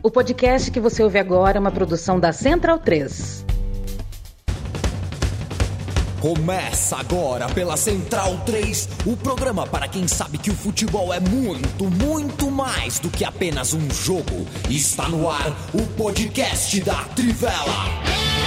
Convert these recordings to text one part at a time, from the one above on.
O podcast que você ouve agora é uma produção da Central 3. Começa agora pela Central 3, o programa para quem sabe que o futebol é muito, muito mais do que apenas um jogo. Está no ar o podcast da Trivela.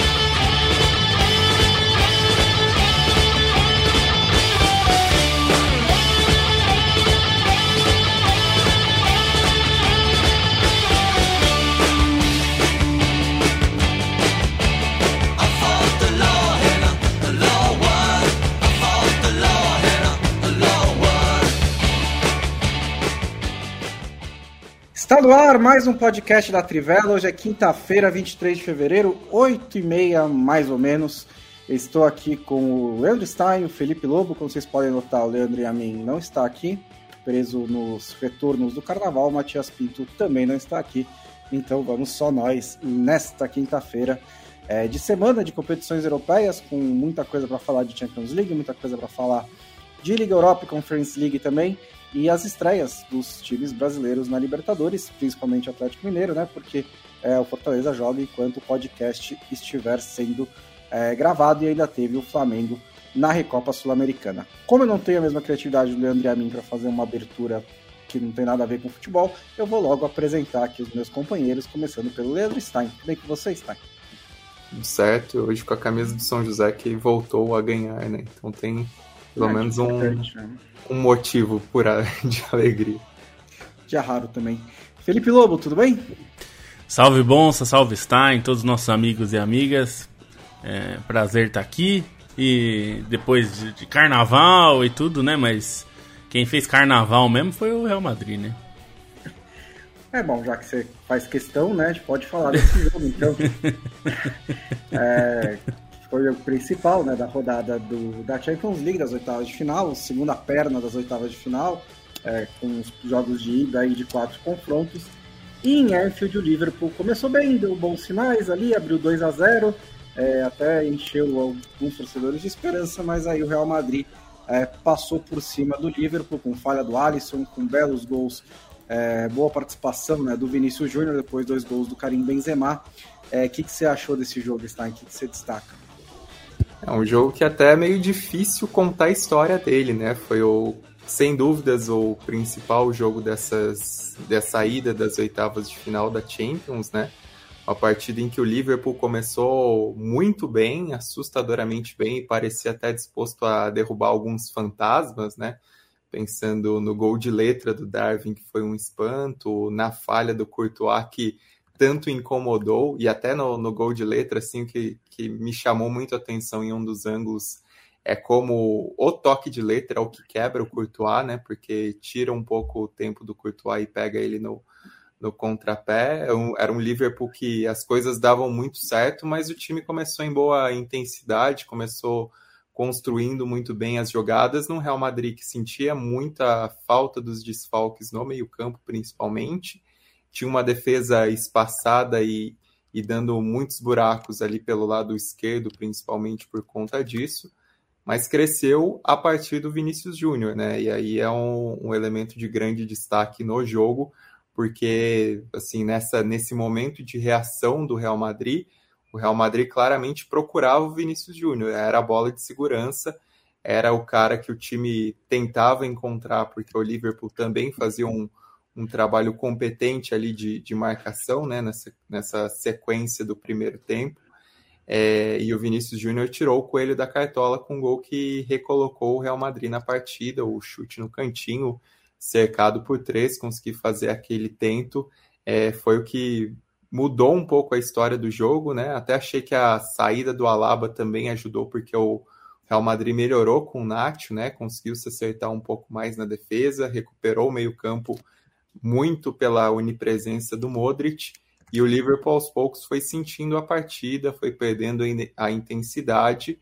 Está no ar mais um podcast da Trivela. Hoje é quinta-feira, 23 de fevereiro, 8h30 mais ou menos. Estou aqui com o Leandro Stein, o Felipe Lobo. Como vocês podem notar, o Leandro e a mim não está aqui, preso nos retornos do carnaval. O Matias Pinto também não está aqui. Então vamos só nós nesta quinta-feira de semana de competições europeias, com muita coisa para falar de Champions League, muita coisa para falar de Liga Europa e Conference League também. E as estreias dos times brasileiros na Libertadores, principalmente o Atlético Mineiro, né? Porque o Fortaleza joga enquanto o podcast estiver sendo gravado, e ainda teve o Flamengo na Recopa Sul-Americana. Como eu não tenho a mesma criatividade do Leandro e a mim para fazer uma abertura que não tem nada a ver com futebol, eu vou logo apresentar aqui os meus companheiros, começando pelo Leandro Stein. Tudo bem com você, Stein? Tudo certo, hoje com a camisa do São José que voltou a ganhar, né? Então tem pelo menos um motivo de alegria. Dia raro também. Felipe Lobo, tudo bem? Salve Bonsa, salve Stein, todos os nossos amigos e amigas. Prazer estar aqui. E depois de carnaval e tudo, né? Mas quem fez carnaval mesmo foi o Real Madrid, né? Bom, já que você faz questão, né? A gente pode falar desse jogo, então. Foi o principal, né, da rodada da Champions League, das oitavas de final, segunda perna das oitavas de final, com os jogos de ida aí de 4 confrontos. E em Anfield o Liverpool começou bem, deu bons sinais ali, abriu 2-0, até encheu alguns torcedores de esperança, mas aí o Real Madrid passou por cima do Liverpool, com falha do Alisson, com belos gols, boa participação, né, do Vinícius Júnior, depois 2 gols do Karim Benzema. O que você achou desse jogo, Stein? O que você destaca? É um jogo que até é meio difícil contar a história dele, né? Foi, sem dúvidas, o principal jogo dessa ida das oitavas de final da Champions, né? Uma partida em que o Liverpool começou muito bem, assustadoramente bem, e parecia até disposto a derrubar alguns fantasmas, né? Pensando no gol de letra do Darwin, que foi um espanto, na falha do Courtois, que tanto incomodou, e até no gol de letra, assim, que me chamou muito a atenção em um dos ângulos, como o toque de letra é o que quebra o Courtois, né, porque tira um pouco o tempo do Courtois e pega ele no contrapé. Era um Liverpool que as coisas davam muito certo, mas o time começou em boa intensidade, começou construindo muito bem as jogadas, num Real Madrid que sentia muita falta dos desfalques no meio-campo, principalmente. Tinha uma defesa espaçada e dando muitos buracos ali pelo lado esquerdo, principalmente por conta disso, mas cresceu a partir do Vinícius Júnior, né? E aí é um elemento de grande destaque no jogo, porque assim, nesse momento de reação do Real Madrid, o Real Madrid claramente procurava o Vinícius Júnior, era a bola de segurança, era o cara que o time tentava encontrar, porque o Liverpool também fazia um trabalho competente ali de marcação, né, nessa sequência do primeiro tempo, e o Vinícius Júnior tirou o coelho da cartola com um gol que recolocou o Real Madrid na partida, o chute no cantinho, cercado por 3, conseguir fazer aquele tento, foi o que mudou um pouco a história do jogo, né, até achei que a saída do Alaba também ajudou, porque o Real Madrid melhorou com o Nacho, né, conseguiu se acertar um pouco mais na defesa, recuperou o meio-campo muito pela onipresença do Modric, e o Liverpool aos poucos foi sentindo a partida, foi perdendo a intensidade.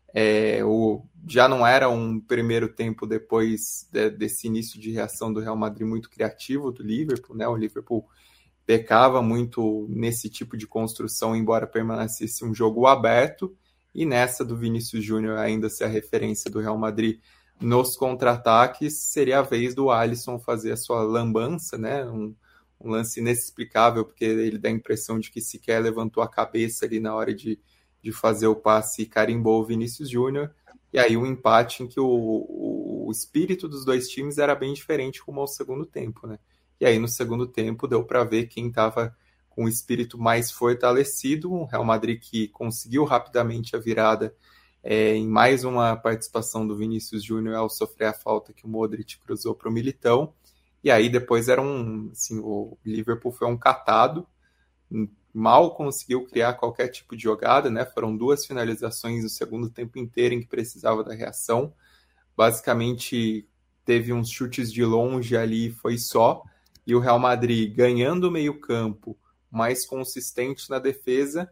Já não era um primeiro tempo depois desse início de reação do Real Madrid muito criativo do Liverpool, né? O Liverpool pecava muito nesse tipo de construção, embora permanecesse um jogo aberto, e nessa do Vinícius Júnior ainda ser a referência do Real Madrid nos contra-ataques, seria a vez do Alisson fazer a sua lambança, né? Um um lance inexplicável, porque ele dá a impressão de que sequer levantou a cabeça ali na hora de fazer o passe e carimbou o Vinícius Júnior. E aí um empate em que o espírito dos dois times era bem diferente rumo ao segundo tempo, né? E aí no segundo tempo deu para ver quem estava com o espírito mais fortalecido, o Real Madrid que conseguiu rapidamente a virada em mais uma participação do Vinícius Júnior ao sofrer a falta que o Modric cruzou para o Militão. E aí depois o Liverpool foi um catado, mal conseguiu criar qualquer tipo de jogada, né? Foram 2 finalizações no segundo tempo inteiro em que precisava da reação. Basicamente teve uns chutes de longe ali, foi só. E o Real Madrid ganhando o meio-campo, mais consistente na defesa,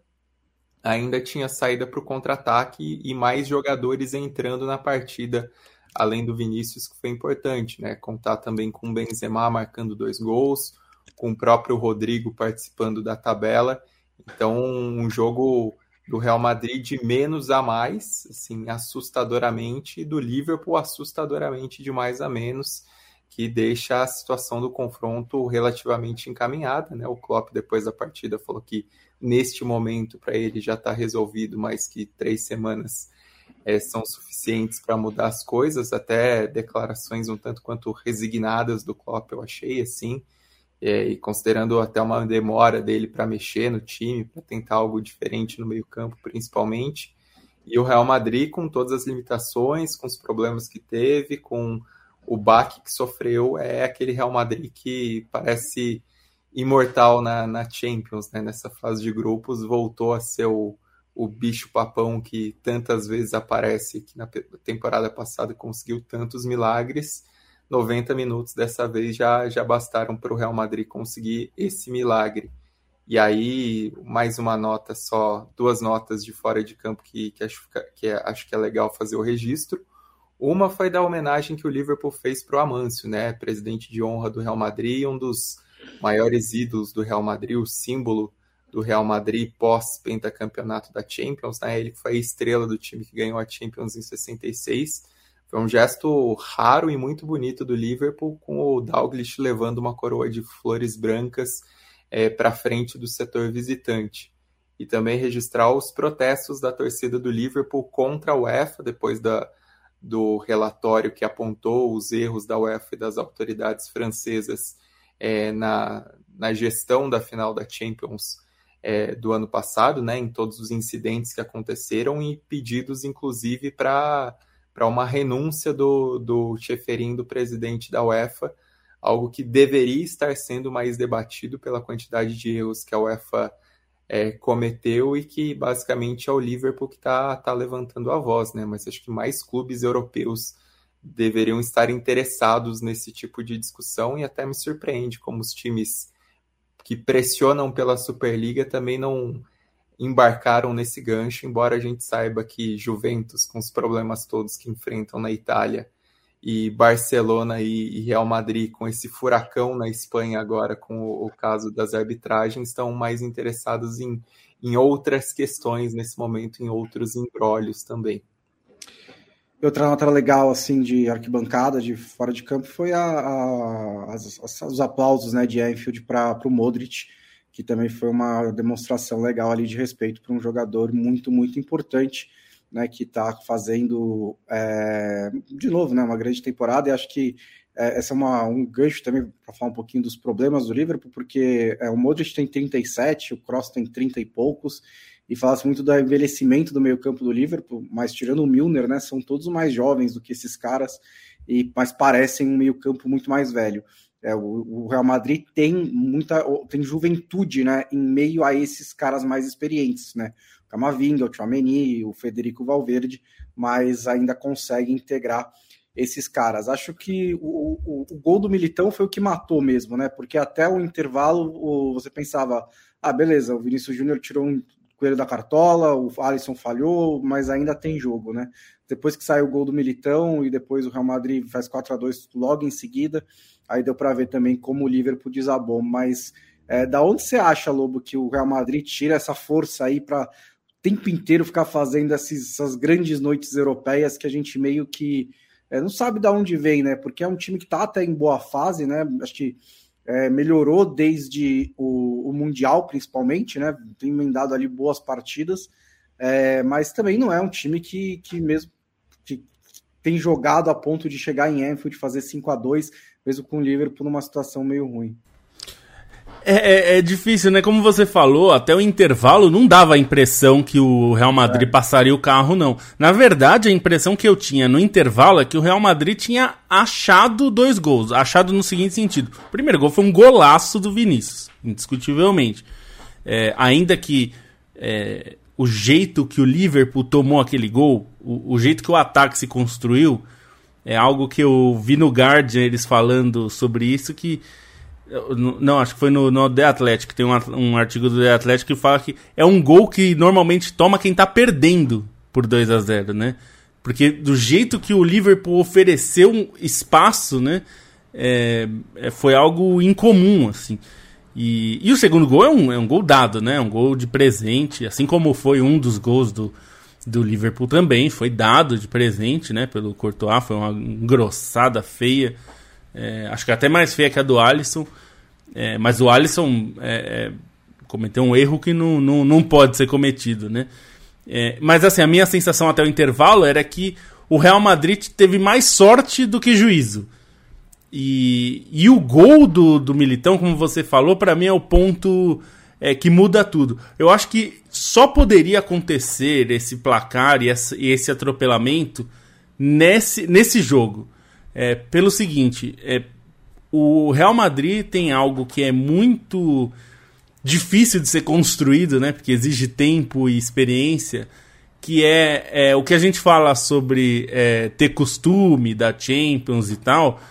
ainda tinha saída para o contra-ataque e mais jogadores entrando na partida, além do Vinícius, que foi importante, né? Contar também com o Benzema marcando 2 gols, com o próprio Rodrigo participando da tabela. Então, um jogo do Real Madrid de menos a mais, assim, assustadoramente, e do Liverpool assustadoramente de mais a menos, que deixa a situação do confronto relativamente encaminhada, né? O Klopp, depois da partida, falou que neste momento para ele já está resolvido, mas que 3 semanas são suficientes para mudar as coisas, até declarações um tanto quanto resignadas do Klopp, eu achei, assim, e considerando até uma demora dele para mexer no time, para tentar algo diferente no meio-campo, principalmente. E o Real Madrid, com todas as limitações, com os problemas que teve, com o baque que sofreu, é aquele Real Madrid que parece imortal na Champions, né? Nessa fase de grupos, voltou a ser o bicho-papão que tantas vezes aparece, que na temporada passada conseguiu tantos milagres. 90 minutos dessa vez já bastaram para o Real Madrid conseguir esse milagre. E aí, mais uma nota só, 2 notas de fora de campo que acho que é legal fazer o registro. Uma foi da homenagem que o Liverpool fez para o Amâncio, né? Presidente de honra do Real Madrid, um dos maiores ídolos do Real Madrid, o símbolo do Real Madrid pós-pentacampeonato da Champions, né? Ele foi a estrela do time que ganhou a Champions em 66. Foi um gesto raro e muito bonito do Liverpool, com o Dalglish levando uma coroa de flores brancas para frente do setor visitante. E também registrar os protestos da torcida do Liverpool contra a UEFA, depois do relatório que apontou os erros da UEFA e das autoridades francesas na gestão da final da Champions do ano passado, né, em todos os incidentes que aconteceram, e pedidos, inclusive, para uma renúncia do Ceferin, do presidente da UEFA, algo que deveria estar sendo mais debatido pela quantidade de erros que a UEFA cometeu, e que basicamente é o Liverpool que está levantando a voz, né? Mas acho que mais clubes europeus deveriam estar interessados nesse tipo de discussão, e até me surpreende como os times que pressionam pela Superliga também não embarcaram nesse gancho, embora a gente saiba que Juventus, com os problemas todos que enfrentam na Itália, e Barcelona e Real Madrid, com esse furacão na Espanha agora, com o caso das arbitragens, estão mais interessados em outras questões nesse momento, em outros embrólios também. Outra nota legal, assim, de arquibancada, de fora de campo, foi os aplausos, né, de Anfield para o Modric, que também foi uma demonstração legal ali de respeito para um jogador muito, muito importante, né, que está fazendo, de novo, né, uma grande temporada. E acho que essa é um gancho também para falar um pouquinho dos problemas do Liverpool, porque o Modric tem 37, o Kroos tem 30 e poucos, e fala-se muito do envelhecimento do meio-campo do Liverpool, mas tirando o Milner, né, são todos mais jovens do que esses caras, mas parecem um meio-campo muito mais velho. O Real Madrid tem juventude, né, em meio a esses caras mais experientes, né? O Camavinga, o Tchouaméni, o Federico Valverde, mas ainda consegue integrar esses caras. Acho que o gol do Militão foi o que matou mesmo, né? Porque até o intervalo você pensava, beleza, o Vinícius Júnior tirou um coelho da cartola, o Alisson falhou, mas ainda tem jogo, né? Depois que saiu o gol do Militão e depois o Real Madrid faz 4-2 logo em seguida, aí deu para ver também como o Liverpool desabou. Mas da onde você acha, Lobo, que o Real Madrid tira essa força aí para o tempo inteiro ficar fazendo essas grandes noites europeias que a gente meio que não sabe de onde vem, né? Porque é um time que tá até em boa fase, né? Acho que melhorou desde o Mundial, principalmente, né? Tem emendado ali boas partidas, mas também não é um time que tem jogado a ponto de chegar em Anfield e fazer 5-2, mesmo com o Liverpool numa situação meio ruim. É difícil, né? Como você falou, até o intervalo não dava a impressão que o Real Madrid passaria o carro, não. Na verdade, a impressão que eu tinha no intervalo é que o Real Madrid tinha achado 2 gols. Achado no seguinte sentido. O primeiro gol foi um golaço do Vinícius, indiscutivelmente. Ainda que o jeito que o Liverpool tomou aquele gol, o jeito que o ataque se construiu, é algo que eu vi no Guardian eles falando sobre isso, que... Não, acho que foi no The Athletic. Tem um artigo do The Athletic que fala que é um gol que normalmente toma quem tá perdendo por 2-0, né? Porque do jeito que o Liverpool ofereceu um espaço, né? Foi algo incomum, assim. E o segundo gol é um gol dado, né? Um gol de presente, assim como foi um dos gols do Liverpool também. Foi dado de presente, né? Pelo Courtois, foi uma engrossada feia. Acho que até mais feia que a do Alisson, mas o Alisson cometeu um erro que não pode ser cometido, né? Mas assim, a minha sensação até o intervalo era que o Real Madrid teve mais sorte do que juízo, e o gol do Militão, como você falou, para mim é o ponto que muda tudo. Eu acho que só poderia acontecer esse placar e esse atropelamento nesse jogo. Pelo seguinte, o Real Madrid tem algo que é muito difícil de ser construído, né? Porque exige tempo e experiência, que é o que a gente fala sobre ter costume da Champions e tal.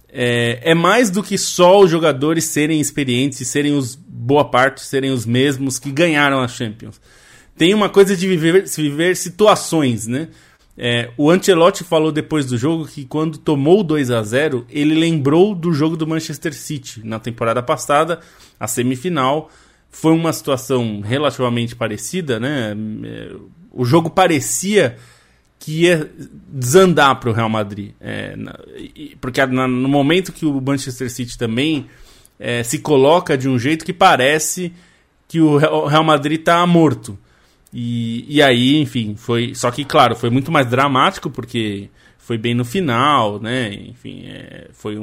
É mais do que só os jogadores serem experientes e boa parte serem os mesmos que ganharam a Champions. Tem uma coisa de viver situações, né? O Ancelotti falou depois do jogo que quando tomou o 2-0, ele lembrou do jogo do Manchester City na temporada passada, a semifinal. Foi uma situação relativamente parecida, né? O jogo parecia que ia desandar para o Real Madrid, porque no momento que o Manchester City também se coloca de um jeito que parece que o Real Madrid está morto. E aí, enfim, foi... Só que, claro, foi muito mais dramático, porque foi bem no final, né? Enfim, foi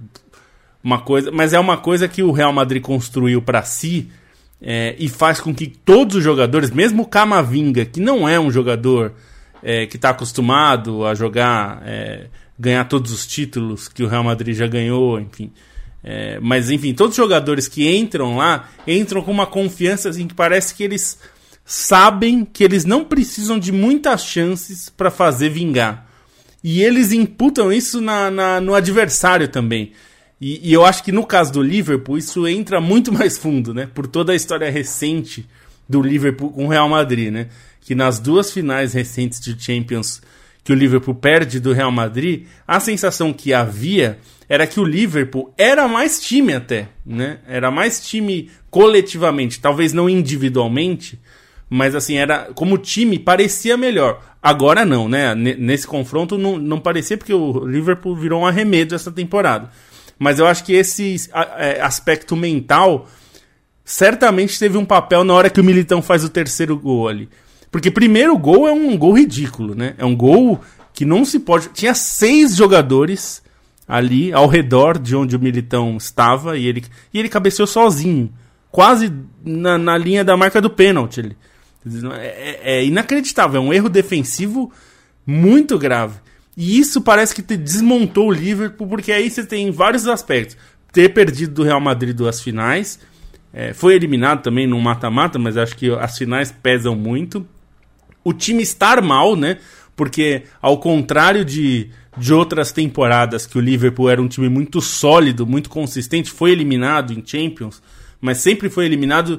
uma coisa... Mas é uma coisa que o Real Madrid construiu para si, e faz com que todos os jogadores, mesmo o Camavinga, que não é um jogador que está acostumado a jogar, ganhar todos os títulos que o Real Madrid já ganhou, enfim... mas, enfim, todos os jogadores que entram lá, entram com uma confiança, assim, que parece que eles... sabem que eles não precisam de muitas chances para fazer vingar. E eles imputam isso no adversário também. E eu acho que no caso do Liverpool, isso entra muito mais fundo, né? Por toda a história recente do Liverpool com o Real Madrid, né? Que nas 2 finais recentes de Champions que o Liverpool perde do Real Madrid, a sensação que havia era que o Liverpool era mais time até, né? Era mais time coletivamente, talvez não individualmente, mas assim, era como time parecia melhor. Agora não, né? Nesse confronto não parecia, porque o Liverpool virou um arremedo essa temporada. Mas eu acho que esse aspecto mental certamente teve um papel na hora que o Militão faz o terceiro gol ali. Porque primeiro gol é um gol ridículo, né? É um gol que não se pode... Tinha 6 jogadores ali ao redor de onde o Militão estava e ele cabeceou sozinho, quase na linha da marca do pênalti ali. É inacreditável, é um erro defensivo muito grave. E isso parece que desmontou o Liverpool, porque aí você tem vários aspectos. Ter perdido do Real Madrid 2 finais, foi eliminado também no mata-mata, mas acho que as finais pesam muito. O time estar mal, né? Porque ao contrário de outras temporadas que o Liverpool era um time muito sólido, muito consistente, foi eliminado em Champions, mas sempre foi eliminado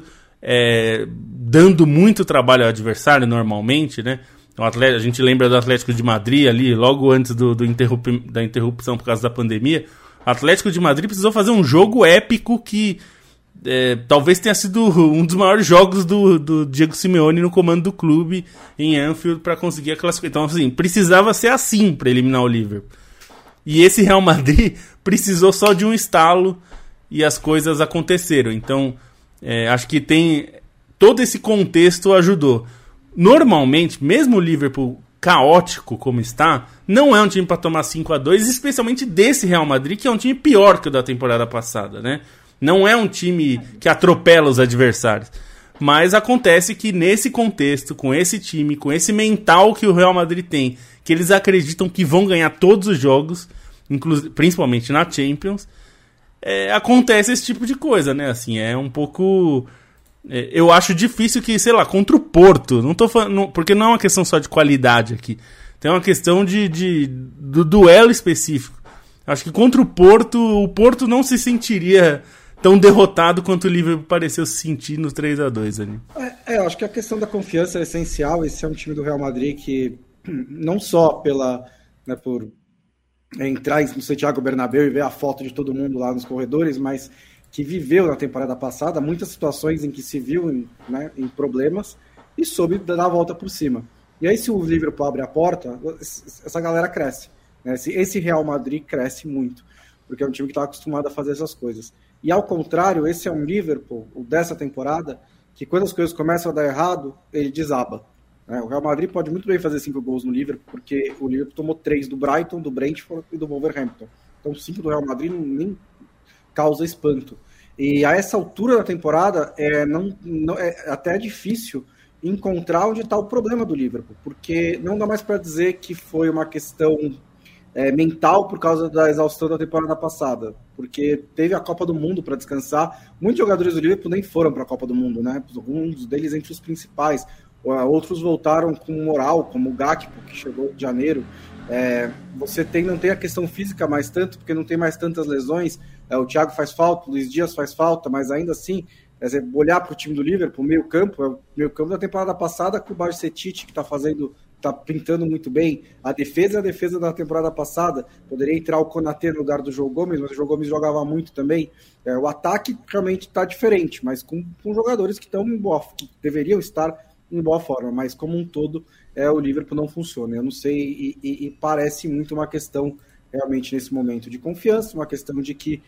dando muito trabalho ao adversário normalmente, né? A gente lembra do Atlético de Madrid ali, logo antes da interrupção por causa da pandemia. O Atlético de Madrid precisou fazer um jogo épico que talvez tenha sido um dos maiores jogos do Diego Simeone no comando do clube em Anfield para conseguir a classificação. Então, assim, precisava ser assim para eliminar o Liverpool. E esse Real Madrid precisou só de um estalo e as coisas aconteceram. Então, acho que tem todo esse contexto ajudou. Normalmente, mesmo o Liverpool caótico como está, não é um time para tomar 5-2, especialmente desse Real Madrid, que é um time pior que o da temporada passada, né? Não é um time que atropela os adversários. Mas acontece que nesse contexto, com esse time, com esse mental que o Real Madrid tem, que eles acreditam que vão ganhar todos os jogos, principalmente na Champions, acontece esse tipo de coisa, né? Assim, é um pouco... eu acho difícil que, sei lá, contra o Porto, não tô falando, porque não é uma questão só de qualidade aqui, tem uma questão do duelo específico. Acho que contra o Porto não se sentiria tão derrotado quanto o Liverpool pareceu se sentir no 3-2 ali. Eu acho que a questão da confiança é essencial. Esse é um time do Real Madrid que, não só por entrar no Santiago Bernabéu e ver a foto de todo mundo lá nos corredores, mas que viveu na temporada passada muitas situações em que se viu em problemas e soube dar a volta por cima. E aí, se o Liverpool abre a porta, essa galera cresce. Né? Esse Real Madrid cresce muito, porque é um time que está acostumado a fazer essas coisas. E ao contrário, esse é um Liverpool, o dessa temporada, que quando as coisas começam a dar errado, ele desaba. Né? O Real Madrid pode muito bem fazer 5 gols no Liverpool, porque o Liverpool tomou 3 do Brighton, do Brentford e do Wolverhampton. Então 5 do Real Madrid nem causa espanto. E a essa altura da temporada, é até difícil encontrar onde está o problema do Liverpool, porque não dá mais para dizer que foi uma questão mental por causa da exaustão da temporada passada, porque teve a Copa do Mundo para descansar. Muitos jogadores do Liverpool nem foram para a Copa do Mundo, né? Alguns deles entre os principais, outros voltaram com moral, como o Gakpo, que chegou em janeiro. Você não tem a questão física mais tanto, porque não tem mais tantas lesões. O Thiago faz falta, o Luiz Dias faz falta, mas ainda assim, olhar para o time do Liverpool, o meio-campo da temporada passada, com o Bajcetic, que está pintando muito bem. A defesa da temporada passada, poderia entrar o Konaté no lugar do João Gomes, mas o João Gomes jogava muito também. O ataque realmente está diferente, mas com jogadores que deveriam estar em boa forma, mas como um todo, o Liverpool não funciona. Eu não sei, e parece muito uma questão realmente nesse momento de confiança, uma questão de que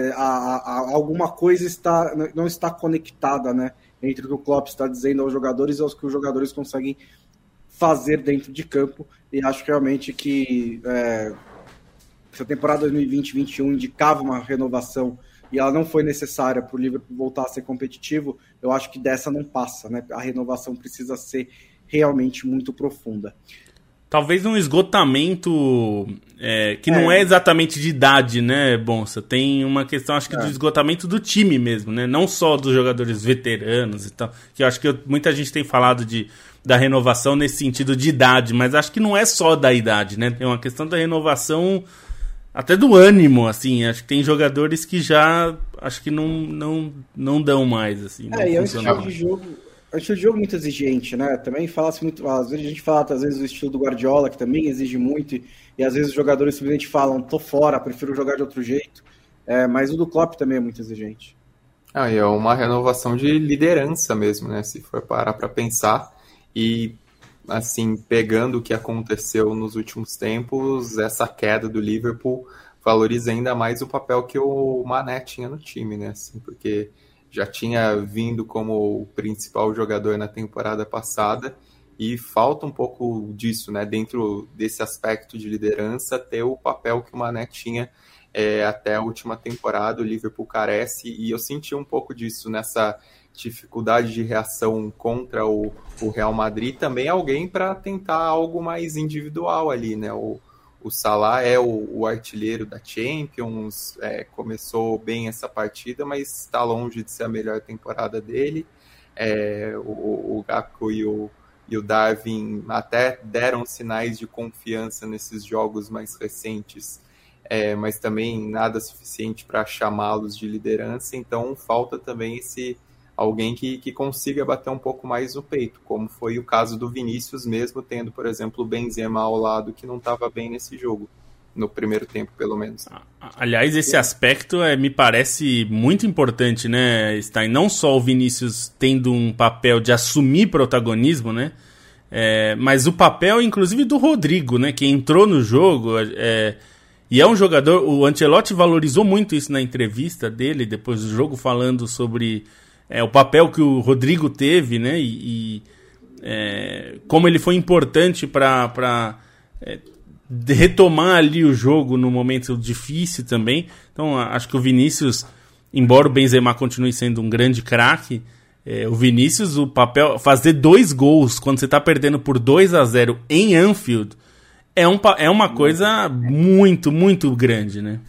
alguma coisa não está conectada, né, entre o que o Klopp está dizendo aos jogadores e aos que os jogadores conseguem fazer dentro de campo. E acho realmente que se a temporada 2020-21 indicava uma renovação e ela não foi necessária para o Liverpool voltar a ser competitivo, eu acho que dessa não passa, né? A renovação precisa ser realmente muito profunda. Talvez um esgotamento que não é exatamente de idade, né, Bonsa? Tem uma questão, acho que, do esgotamento do time mesmo, né? Não só dos jogadores veteranos e tal, que eu acho que muita gente tem falado da renovação nesse sentido de idade, mas acho que não é só da idade, né? Tem uma questão da renovação até do ânimo, assim. Acho que tem jogadores que já, acho que não dão mais, assim. E é um estilo de jogo... É um estilo de jogo muito exigente, né? Também fala-se muito, às vezes a gente fala do estilo do Guardiola, que também exige muito, e às vezes os jogadores simplesmente falam, tô fora, prefiro jogar de outro jeito. Mas o do Klopp também é muito exigente. E é uma renovação de liderança mesmo, né? Se for parar para pensar. E, assim, pegando o que aconteceu nos últimos tempos, essa queda do Liverpool valoriza ainda mais o papel que o Mané tinha no time, né? Assim, porque já tinha vindo como o principal jogador na temporada passada e falta um pouco disso, né? Dentro desse aspecto de liderança, ter o papel que o Mané tinha até a última temporada. O Liverpool carece, e eu senti um pouco disso nessa dificuldade de reação contra o Real Madrid. Também alguém para tentar algo mais individual ali, né? O Salah é o artilheiro da Champions, começou bem essa partida, mas está longe de ser a melhor temporada dele. O Gakpo e o Darwin até deram sinais de confiança nesses jogos mais recentes, mas também nada suficiente para chamá-los de liderança. Então falta também alguém que consiga bater um pouco mais no peito, como foi o caso do Vinícius, mesmo tendo, por exemplo, o Benzema ao lado, que não estava bem nesse jogo, no primeiro tempo, pelo menos. Aliás, esse aspecto me parece muito importante, né, Stein? Não só o Vinícius tendo um papel de assumir protagonismo, né, mas o papel, inclusive, do Rodrigo, né, que entrou no jogo. E é um jogador, o Ancelotti valorizou muito isso na entrevista dele, depois do jogo, falando sobre o papel que o Rodrigo teve, né? E como ele foi importante para retomar ali o jogo no momento difícil também. Então, acho que o Vinícius, embora o Benzema continue sendo um grande craque, o Vinícius, o papel, fazer 2 gols quando você está perdendo por 2-0 em Anfield, é uma coisa muito, muito grande, né?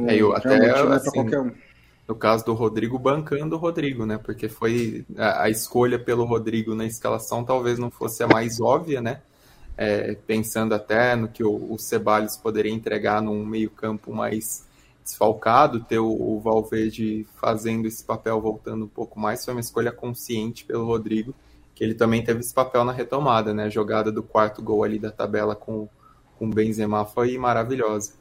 Até assim, no caso do Rodrigo, bancando o Rodrigo, né? Porque foi a escolha pelo Rodrigo na escalação talvez não fosse a mais óbvia, né? Pensando até no que o Ceballos poderia entregar num meio-campo mais desfalcado, ter o Valverde fazendo esse papel, voltando um pouco mais, foi uma escolha consciente pelo Rodrigo, que ele também teve esse papel na retomada, né? A jogada do 4º gol ali da tabela com o Benzema foi maravilhosa.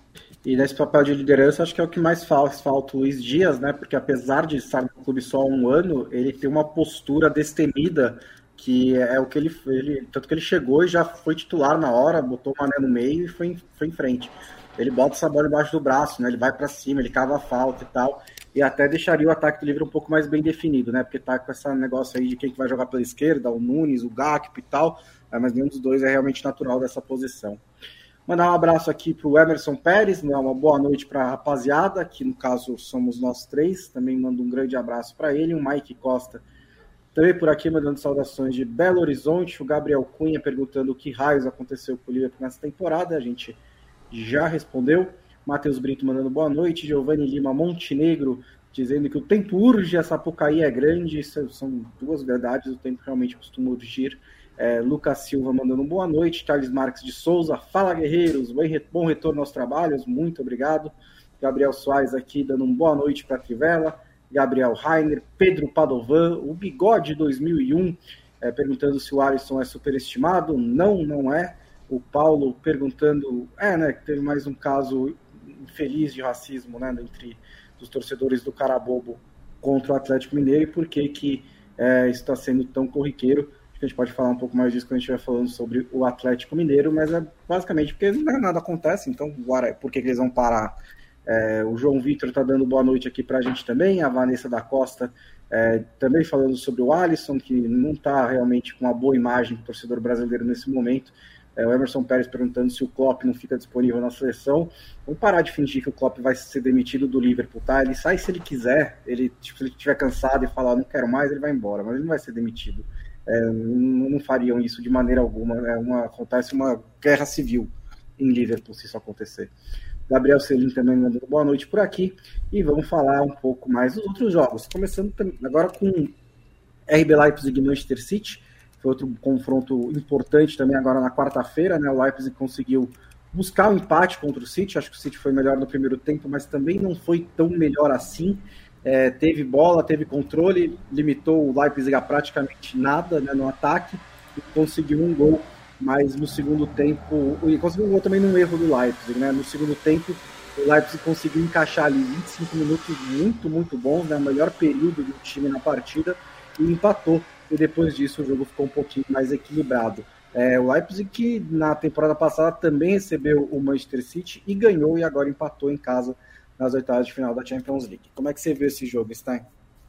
E nesse papel de liderança, acho que é o que mais falta o Luiz Dias, né? Porque apesar de estar no clube só há 1 ano, ele tem uma postura destemida, que é o que ele tanto que ele chegou e já foi titular na hora, botou o Mané no meio e foi em frente. Ele bota essa bola embaixo do braço, né? Ele vai para cima, ele cava a falta e tal, e até deixaria o ataque do Liverpool um pouco mais bem definido, né? Porque tá com esse negócio aí de quem que vai jogar pela esquerda, o Nunes, o Gakpo e tal, mas nenhum dos dois é realmente natural dessa posição. Mandar um abraço aqui para o Emerson Pérez, né? Uma boa noite para a rapaziada, que no caso somos nós 3, também mando um grande abraço para ele, o Mike Costa também por aqui mandando saudações de Belo Horizonte, o Gabriel Cunha perguntando o que raios aconteceu com o Liverpool nessa temporada, a gente já respondeu. Matheus Brito mandando boa noite, Giovanni Lima Montenegro dizendo que o tempo urge, a Sapucaí é grande, isso são 2 verdades, o tempo realmente costuma urgir. Lucas Silva mandando boa noite, Charles Marques de Souza, fala guerreiros, bom retorno aos trabalhos, muito obrigado. Gabriel Soares aqui dando uma boa noite para a Trivela, Gabriel Rainer, Pedro Padovan, o Bigode 2001 perguntando se o Alisson é superestimado, não é. O Paulo perguntando, né, que teve mais um caso infeliz de racismo, né, entre os torcedores do Carabobo contra o Atlético Mineiro, e por que isso está sendo tão corriqueiro. A gente pode falar um pouco mais disso quando a gente estiver falando sobre o Atlético Mineiro, mas é basicamente porque nada acontece, então por que eles vão parar? O João Vitor está dando boa noite aqui para a gente também, a Vanessa da Costa também falando sobre o Alisson, que não está realmente com uma boa imagem do torcedor brasileiro nesse momento. O Emerson Pérez perguntando se o Klopp não fica disponível na seleção. Vamos parar de fingir que o Klopp vai ser demitido do Liverpool, tá? Ele sai se ele quiser, se ele estiver cansado e falar não quero mais, ele vai embora, mas ele não vai ser demitido. Não fariam isso de maneira alguma. Acontece uma guerra civil em Liverpool se isso acontecer. Gabriel Celim também mandando boa noite por aqui, e vamos falar um pouco mais dos outros jogos, começando agora com RB Leipzig e Manchester City. Foi outro confronto importante também agora na quarta-feira, né? O Leipzig conseguiu buscar um empate contra o City, acho que o City foi melhor no primeiro tempo, mas também não foi tão melhor assim. Teve bola, teve controle, limitou o Leipzig a praticamente nada, né, no ataque, e conseguiu um gol, mas no segundo tempo, e conseguiu um gol também num erro do Leipzig, né? No segundo tempo, o Leipzig conseguiu encaixar ali 25 minutos muito, muito bons, né? O melhor período do time na partida, e empatou, e depois disso o jogo ficou um pouquinho mais equilibrado. O Leipzig, que na temporada passada também recebeu o Manchester City e ganhou, e agora empatou em casa nas oitavas de final da Champions League. Como é que você viu esse jogo, Stein?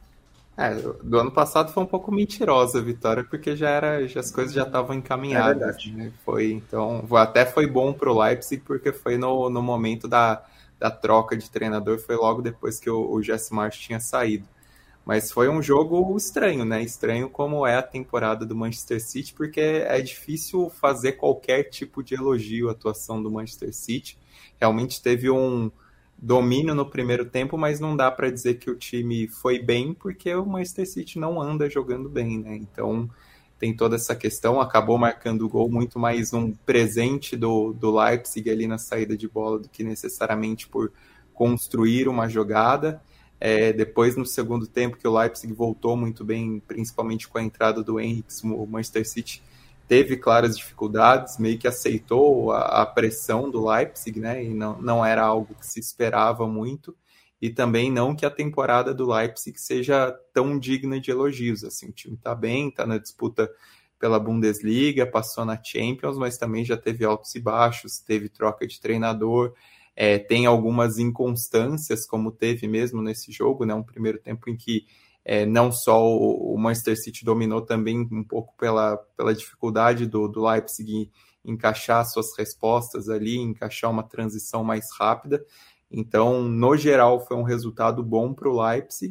Do ano passado foi um pouco mentirosa a vitória, porque as coisas já estavam encaminhadas. Né? Até foi bom para o Leipzig, porque foi no momento da troca de treinador, foi logo depois que o Jesse Marsch tinha saído. Mas foi um jogo estranho, né? Estranho como é a temporada do Manchester City, porque é difícil fazer qualquer tipo de elogio à atuação do Manchester City. Realmente teve um domínio no primeiro tempo, mas não dá para dizer que o time foi bem, porque o Manchester City não anda jogando bem, né? Então tem toda essa questão, acabou marcando o gol muito mais um presente do Leipzig ali na saída de bola do que necessariamente por construir uma jogada. Depois no segundo tempo que o Leipzig voltou muito bem, principalmente com a entrada do Henrique, o Manchester City teve claras dificuldades, meio que aceitou a pressão do Leipzig, né? E não era algo que se esperava muito, e também não que a temporada do Leipzig seja tão digna de elogios. Assim, o time está bem, está na disputa pela Bundesliga, passou na Champions, mas também já teve altos e baixos, teve troca de treinador, tem algumas inconstâncias, como teve mesmo nesse jogo, né? Um primeiro tempo em que não só o Manchester City dominou, também um pouco pela dificuldade do Leipzig em encaixar suas respostas ali, encaixar uma transição mais rápida. Então, no geral, foi um resultado bom para o Leipzig.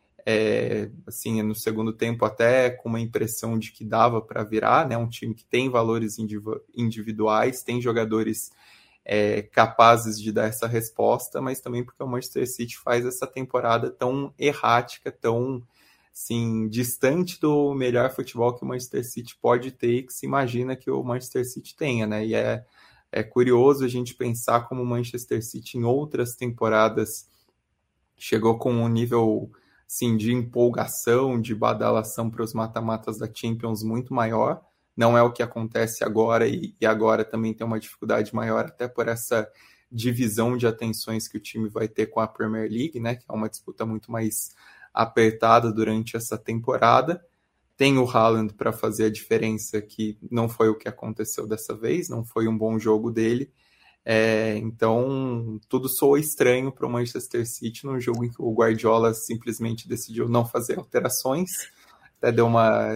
Assim, no segundo tempo, até com uma impressão de que dava para virar, né? Um time que tem valores individuais, tem jogadores capazes de dar essa resposta, mas também porque o Manchester City faz essa temporada tão errática, tão assim, distante do melhor futebol que o Manchester City pode ter e que se imagina que o Manchester City tenha, né? E é curioso a gente pensar como o Manchester City em outras temporadas chegou com um nível assim, de empolgação, de badalação para os mata-matas da Champions muito maior. Não é o que acontece agora, e agora também tem uma dificuldade maior, até por essa divisão de atenções que o time vai ter com a Premier League, né, que é uma disputa muito mais apertada durante essa temporada. Tem o Haaland para fazer a diferença, que não foi o que aconteceu dessa vez, não foi um bom jogo dele. Então, tudo soa estranho para o Manchester City num jogo em que o Guardiola simplesmente decidiu não fazer alterações, até deu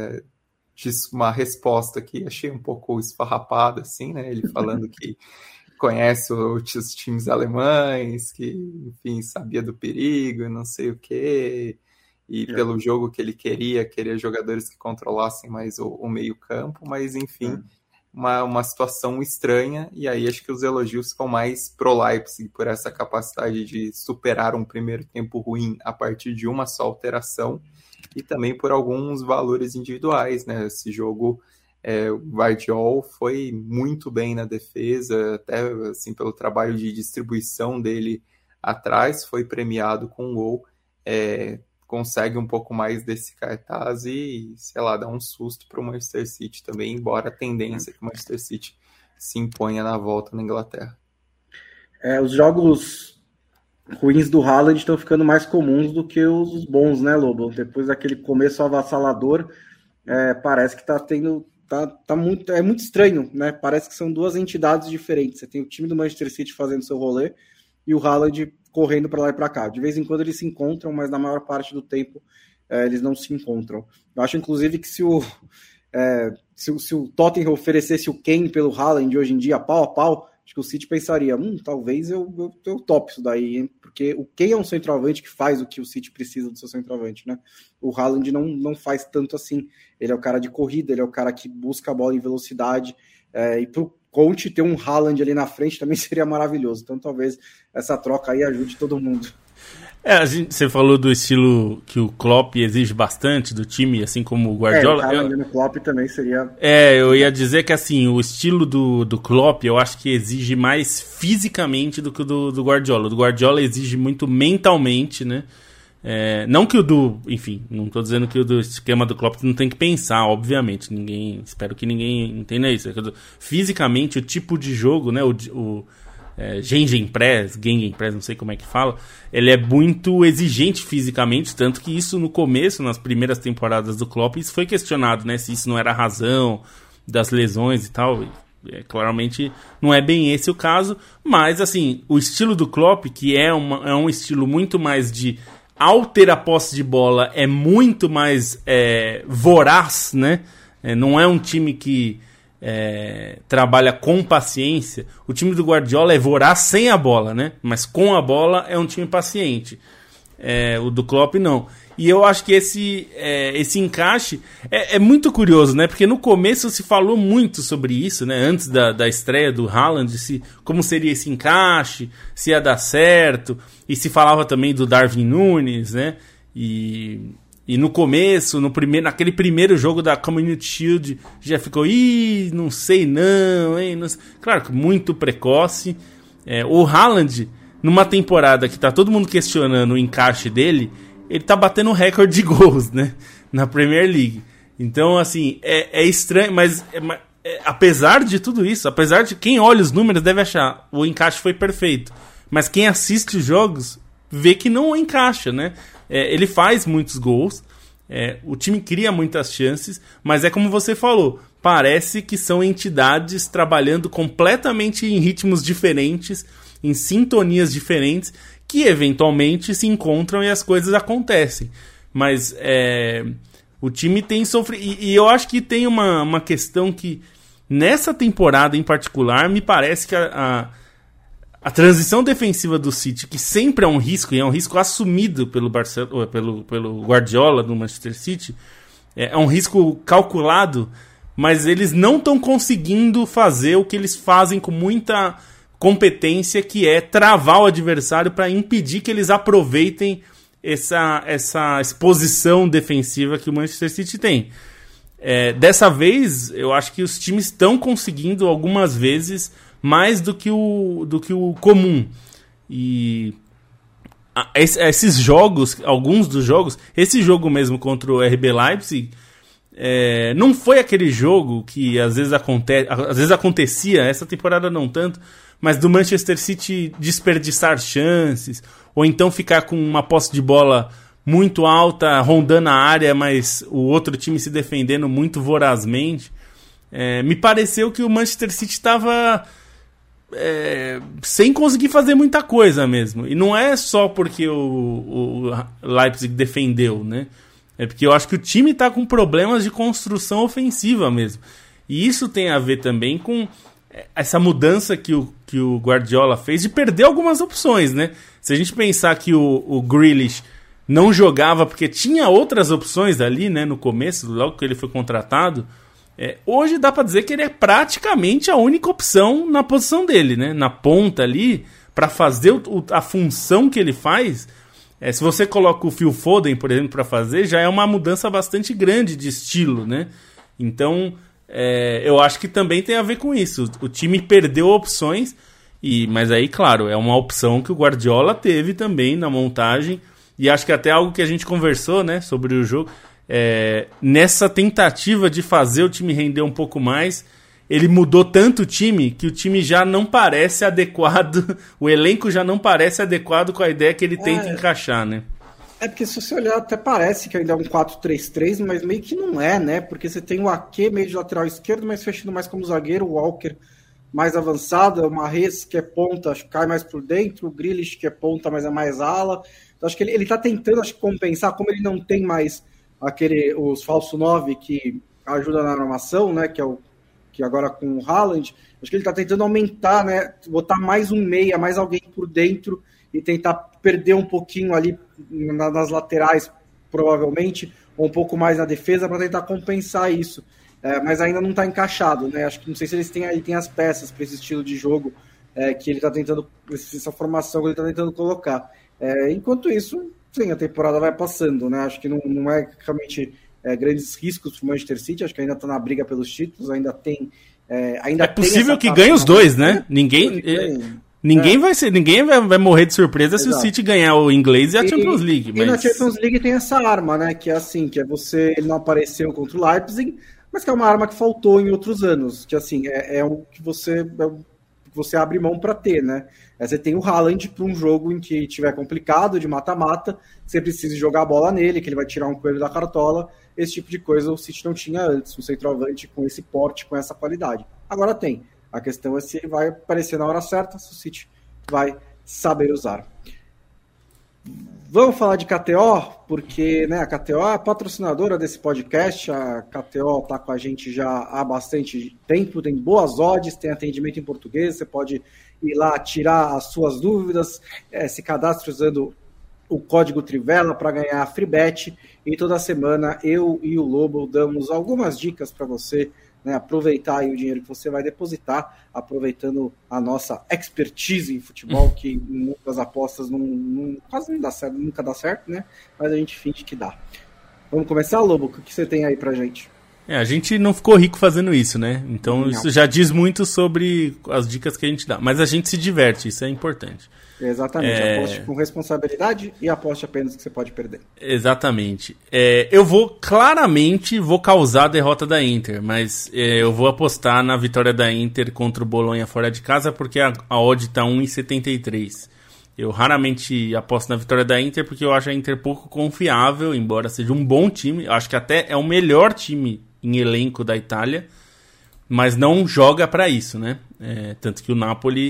uma resposta que achei um pouco esfarrapada, assim, né? Ele falando que conhece os times alemães, que, enfim, sabia do perigo e não sei o quê, e pelo jogo que ele queria jogadores que controlassem mais o meio-campo, mas, enfim, uma situação estranha, e aí acho que os elogios ficam mais pro Leipzig, por essa capacidade de superar um primeiro tempo ruim a partir de uma só alteração, e também por alguns valores individuais, né? Esse jogo, o Guardiola foi muito bem na defesa, até assim, pelo trabalho de distribuição dele atrás, foi premiado com um gol, consegue um pouco mais desse cartaz e, sei lá, dá um susto para o Manchester City também, embora a tendência é que o Manchester City se imponha na volta na Inglaterra. Os jogos ruins do Haaland estão ficando mais comuns do que os bons, né, Lobo? Depois daquele começo avassalador, parece que tá muito estranho, né? Parece que são duas entidades diferentes. Você tem o time do Manchester City fazendo seu rolê e o Haaland correndo para lá e para cá. De vez em quando eles se encontram, mas na maior parte do tempo eles não se encontram. Eu acho, inclusive, que se o Tottenham oferecesse o Kane pelo Haaland hoje em dia, pau a pau, acho que o City pensaria, talvez eu topo isso daí, hein? Porque o Kane é um centroavante que faz o que o City precisa do seu centroavante, né? O Haaland não faz tanto assim. Ele é o cara de corrida, ele é o cara que busca a bola em velocidade, e pro Conte ter um Haaland ali na frente também seria maravilhoso. Então talvez essa troca aí ajude todo mundo. Você falou do estilo que o Klopp exige bastante do time, assim como o Guardiola. O Klopp também seria... eu ia dizer que assim, o estilo do Klopp eu acho que exige mais fisicamente do que o do Guardiola. O do Guardiola exige muito mentalmente, né? Não que o enfim, não estou dizendo que o do esquema do Klopp não tem que pensar, obviamente. Espero que ninguém entenda isso. Fisicamente, o tipo de jogo, né? Gegenpress, não sei como é que fala, ele é muito exigente fisicamente, tanto que isso no começo, nas primeiras temporadas do Klopp, isso foi questionado, né, se isso não era a razão das lesões e tal. Claramente não é bem esse o caso, mas assim, o estilo do Klopp, que é um estilo muito mais de, ao ter a posse de bola, é muito mais voraz, né, não é um time que trabalha com paciência. O time do Guardiola é voraz sem a bola, né? Mas com a bola é um time paciente. O do Klopp não. E eu acho que esse encaixe é muito curioso, né? Porque no começo se falou muito sobre isso, né? Antes da estreia do Haaland, como seria esse encaixe, se ia dar certo. E se falava também do Darwin Núñez, né? E no começo, naquele primeiro jogo da Community Shield, já ficou, não sei não, hein? Não sei. Claro que muito precoce. O Haaland, numa temporada que tá todo mundo questionando o encaixe dele, ele tá batendo recorde de gols, né? Na Premier League. Então, assim, é estranho, mas apesar de tudo isso, apesar de quem olha os números deve achar o encaixe foi perfeito. Mas quem assiste os jogos vê que não encaixa, né? Ele faz muitos gols, o time cria muitas chances, mas é como você falou, parece que são entidades trabalhando completamente em ritmos diferentes em sintonias diferentes que eventualmente se encontram e as coisas acontecem. Mas o time tem sofrido. E eu acho que tem uma questão que, nessa temporada em particular, me parece que a transição defensiva do City, que sempre é um risco, e é um risco assumido pelo Guardiola do Manchester City, é um risco calculado, mas eles não estão conseguindo fazer o que eles fazem com muita competência, que é travar o adversário para impedir que eles aproveitem essa exposição defensiva que o Manchester City tem. Dessa vez, eu acho que os times estão conseguindo algumas vezes mais do que o comum. E esses jogos, alguns dos jogos, esse jogo mesmo contra o RB Leipzig, não foi aquele jogo que às vezes acontecia, essa temporada não tanto, mas do Manchester City desperdiçar chances, ou então ficar com uma posse de bola muito alta, rondando a área, mas o outro time se defendendo muito vorazmente. Me pareceu que o Manchester City estava sem conseguir fazer muita coisa mesmo. E não é só porque o Leipzig defendeu, né? É porque eu acho que o time está com problemas de construção ofensiva mesmo. E isso tem a ver também com essa mudança que o Guardiola fez de perder algumas opções, né? Se a gente pensar que o Grealish não jogava porque tinha outras opções ali, né, no começo, logo que ele foi contratado, hoje dá pra dizer que ele é praticamente a única opção na posição dele, né? Na ponta ali, pra fazer a função que ele faz. Se você coloca o Phil Foden, por exemplo, pra fazer, já é uma mudança bastante grande de estilo, né? Então, eu acho que também tem a ver com isso. O time perdeu opções, mas aí, claro, é uma opção que o Guardiola teve também na montagem, e acho que até algo que a gente conversou, né, sobre o jogo. Nessa tentativa de fazer o time render um pouco mais, ele mudou tanto o time que o time já não parece adequado, o elenco já não parece adequado com a ideia que ele tenta encaixar, né? Porque se você olhar, até parece que ainda é um 4-3-3, mas meio que não é, né? Porque você tem o Ake meio de lateral esquerdo, mas fechando mais como zagueiro, o Walker mais avançado, o Mahrez, que é ponta, acho que cai mais por dentro, o Grealish, que é ponta, mas é mais ala. Então, acho que ele tá tentando, compensar, como ele não tem mais os falso 9 que ajuda na armação, né, que agora com o Haaland, acho que ele está tentando aumentar, né, botar mais um meia, mais alguém por dentro e tentar perder um pouquinho ali nas laterais, provavelmente, ou um pouco mais na defesa para tentar compensar isso. Mas ainda não está encaixado, né, acho que não sei se ele tem as peças para esse estilo de jogo que ele está tentando, essa formação que ele está tentando colocar. Enquanto isso, sim, a temporada vai passando, né? Acho que não é realmente grandes riscos para o Manchester City, acho que ainda está na briga pelos títulos, ainda tem... é possível que ganhe os dois, né? Ninguém vai morrer de surpresa. Exato. Se o City ganhar o inglês e a Champions League. E na Champions League tem essa arma, né? Que é assim, ele não apareceu contra o Leipzig, mas que é uma arma que faltou em outros anos, que assim, é o que você abre mão para ter, né? Você tem o Haaland para um jogo em que tiver complicado, de mata-mata, você precisa jogar a bola nele, que ele vai tirar um coelho da cartola, esse tipo de coisa o City não tinha antes, um centroavante com esse porte, com essa qualidade. Agora tem. A questão é se ele vai aparecer na hora certa, se o City vai saber usar. Vamos falar de KTO, porque, né, a KTO é a patrocinadora desse podcast. A KTO está com a gente já há bastante tempo, tem boas odds, tem atendimento em português, você pode ir lá tirar as suas dúvidas, se cadastre usando o código Trivela para ganhar a free bet, e toda semana eu e o Lobo damos algumas dicas para você, né, aproveitar aí o dinheiro que você vai depositar, aproveitando a nossa expertise em futebol, que em muitas apostas quase não dá certo, nunca dá certo, né? Mas a gente finge que dá. Vamos começar, Lobo? O que você tem aí pra gente? A gente não ficou rico fazendo isso, né? Então isso já diz muito sobre as dicas que a gente dá. Mas a gente se diverte, isso é importante. Exatamente, aposte com responsabilidade e aposte apenas que você pode perder. Exatamente. Eu claramente vou causar a derrota da Inter, mas eu vou apostar na vitória da Inter contra o Bolonha fora de casa, porque a odd tá 1,73. Eu raramente aposto na vitória da Inter, porque eu acho a Inter pouco confiável, embora seja um bom time. Eu acho que até é o melhor time em elenco da Itália, mas não joga para isso, né? Tanto que o Napoli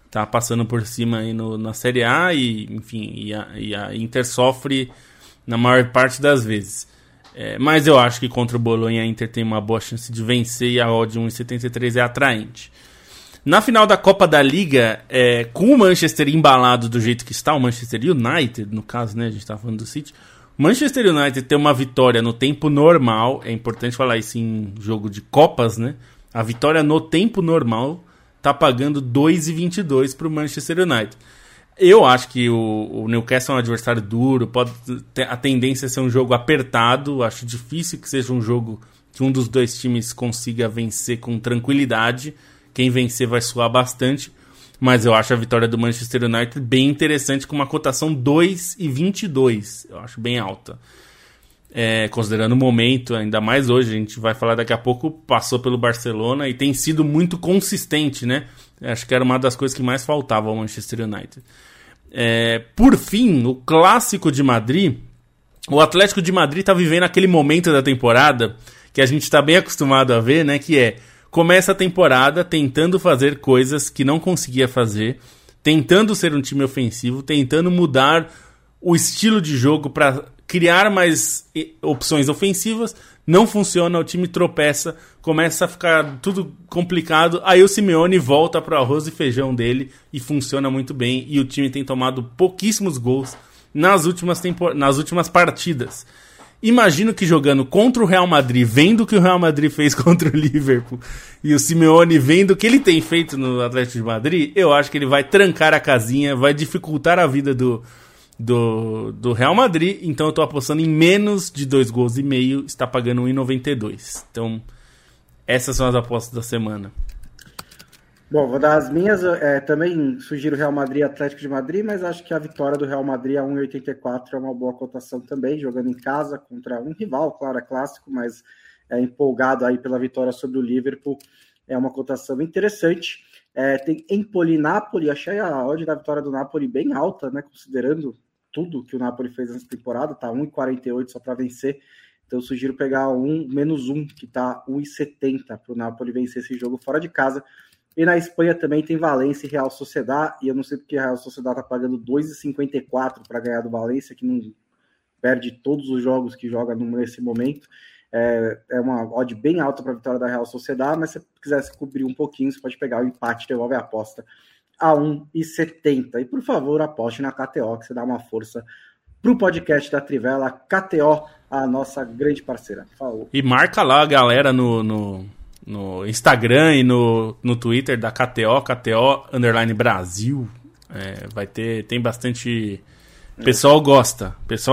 tá passando por cima aí na Série A e, enfim, e a Inter sofre na maior parte das vezes. Mas eu acho que contra o Bolonha a Inter tem uma boa chance de vencer e a odd de 1,73 é atraente. Na final da Copa da Liga, com o Manchester embalado do jeito que está, o Manchester United, no caso, né, a gente tá falando do City, o Manchester United tem uma vitória no tempo normal, é importante falar isso em jogo de Copas, né? A vitória no tempo normal tá pagando 2,22 pro Manchester United. Eu acho que o Newcastle é um adversário duro, pode ter a tendência a ser um jogo apertado, acho difícil que seja um jogo que um dos dois times consiga vencer com tranquilidade. Quem vencer vai suar bastante, mas eu acho a vitória do Manchester United bem interessante, com uma cotação 2,22. Eu acho bem alta. Considerando o momento, ainda mais hoje, a gente vai falar daqui a pouco, passou pelo Barcelona e tem sido muito consistente, né? Acho que era uma das coisas que mais faltava ao Manchester United. Por fim, o Clássico de Madrid, o Atlético de Madrid está vivendo aquele momento da temporada que a gente está bem acostumado a ver, né? Que começa a temporada tentando fazer coisas que não conseguia fazer, tentando ser um time ofensivo, tentando mudar o estilo de jogo para criar mais opções ofensivas. Não funciona, o time tropeça, começa a ficar tudo complicado, aí o Simeone volta para o arroz e feijão dele e funciona muito bem, e o time tem tomado pouquíssimos gols nas últimas partidas. Imagino que jogando contra o Real Madrid, vendo o que o Real Madrid fez contra o Liverpool, e o Simeone vendo o que ele tem feito no Atlético de Madrid, eu acho que ele vai trancar a casinha, vai dificultar a vida do Real Madrid. Então eu tô apostando em menos de 2,5 gols, está pagando 1,92. Então essas são as apostas da semana. Bom, vou dar as minhas. Também sugiro Real Madrid e Atlético de Madrid, mas acho que a vitória do Real Madrid a 1,84 é uma boa cotação também, jogando em casa contra um rival, claro, é clássico, mas empolgado aí pela vitória sobre o Liverpool. É uma cotação interessante. Tem Empoli-Napoli, achei a odd da vitória do Napoli bem alta, né, considerando tudo que o Napoli fez nessa temporada, tá 1,48 só para vencer. Então eu sugiro pegar menos 1, que tá 1,70 para o Napoli vencer esse jogo fora de casa. E na Espanha também tem Valência e Real Sociedad, e eu não sei porque a Real Sociedad tá pagando 2,54 para ganhar do Valência, que não perde todos os jogos que joga nesse momento. É uma odd bem alta para a vitória da Real Sociedad, mas se você quiser se cobrir um pouquinho, você pode pegar o empate, devolve a aposta a 1,70. E por favor, aposte na KTO, que você dá uma força pro podcast da Trivela. KTO, a nossa grande parceira. Falou. E marca lá a galera no Instagram e no Twitter da KTO, KTO_Brasil. Tem bastante... Pessoal gosta.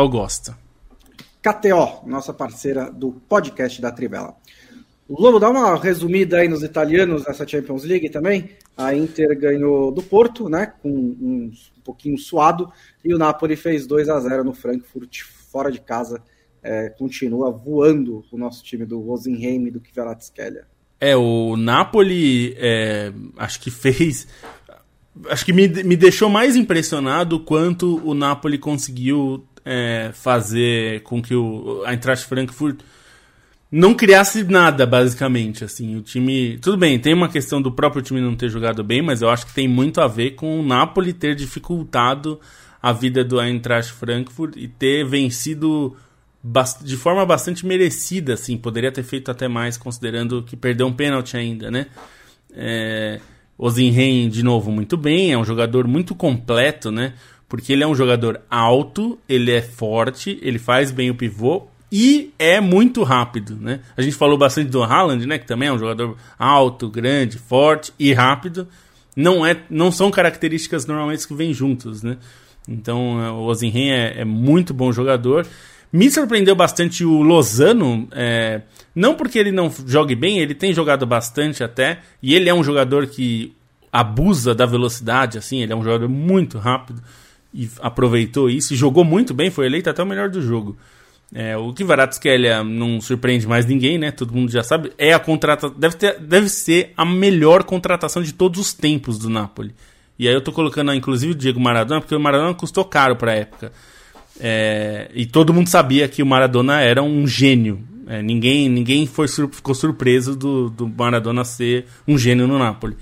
KTO, nossa parceira do podcast da Trivela. Lobo, dá uma resumida aí nos italianos nessa Champions League também. A Inter ganhou do Porto, né, com um pouquinho suado, e o Napoli fez 2-0 no Frankfurt, fora de casa. Continua voando o nosso time do Rosenheim e do Kvaratskhelia. O Napoli acho que me deixou mais impressionado quanto o Napoli conseguiu fazer com que a Eintracht Frankfurt não criasse nada, basicamente. Assim, o time... Tudo bem, tem uma questão do próprio time não ter jogado bem, mas eu acho que tem muito a ver com o Napoli ter dificultado a vida do Eintracht Frankfurt e ter vencido de forma bastante merecida, assim. Poderia ter feito até mais, considerando que perdeu um pênalti ainda, né? Osimhen, de novo, muito bem. É um jogador muito completo, né? Porque ele é um jogador alto, ele é forte, ele faz bem o pivô e é muito rápido, né? A gente falou bastante do Haaland, né? Que também é um jogador alto, grande, forte e rápido. Não são características normalmente que vêm juntos, né? Então o Osimhen é muito bom jogador. Me surpreendeu bastante o Lozano, não porque ele não jogue bem, ele tem jogado bastante até, e ele é um jogador que abusa da velocidade, assim, ele é um jogador muito rápido, e aproveitou isso, e jogou muito bem, foi eleito até o melhor do jogo. O Kvaratskhelia não surpreende mais ninguém, né? Todo mundo já sabe. Deve ser a melhor contratação de todos os tempos do Napoli. E aí eu tô colocando, inclusive, o Diego Maradona, porque o Maradona custou caro pra época. E todo mundo sabia que o Maradona era um gênio. Ninguém ficou surpreso do Maradona ser um gênio no Napoli.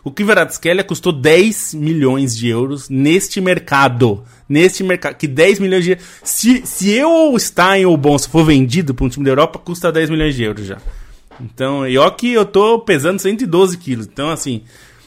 O Kvaratskhelia custou 10 milhões de euros neste mercado. Que 10 milhões de euros... Se eu ou o Stein ou o Bonsa for vendido para um time da Europa, custa 10 milhões de euros já. Então, e ó que eu tô pesando 112 quilos. Então, assim,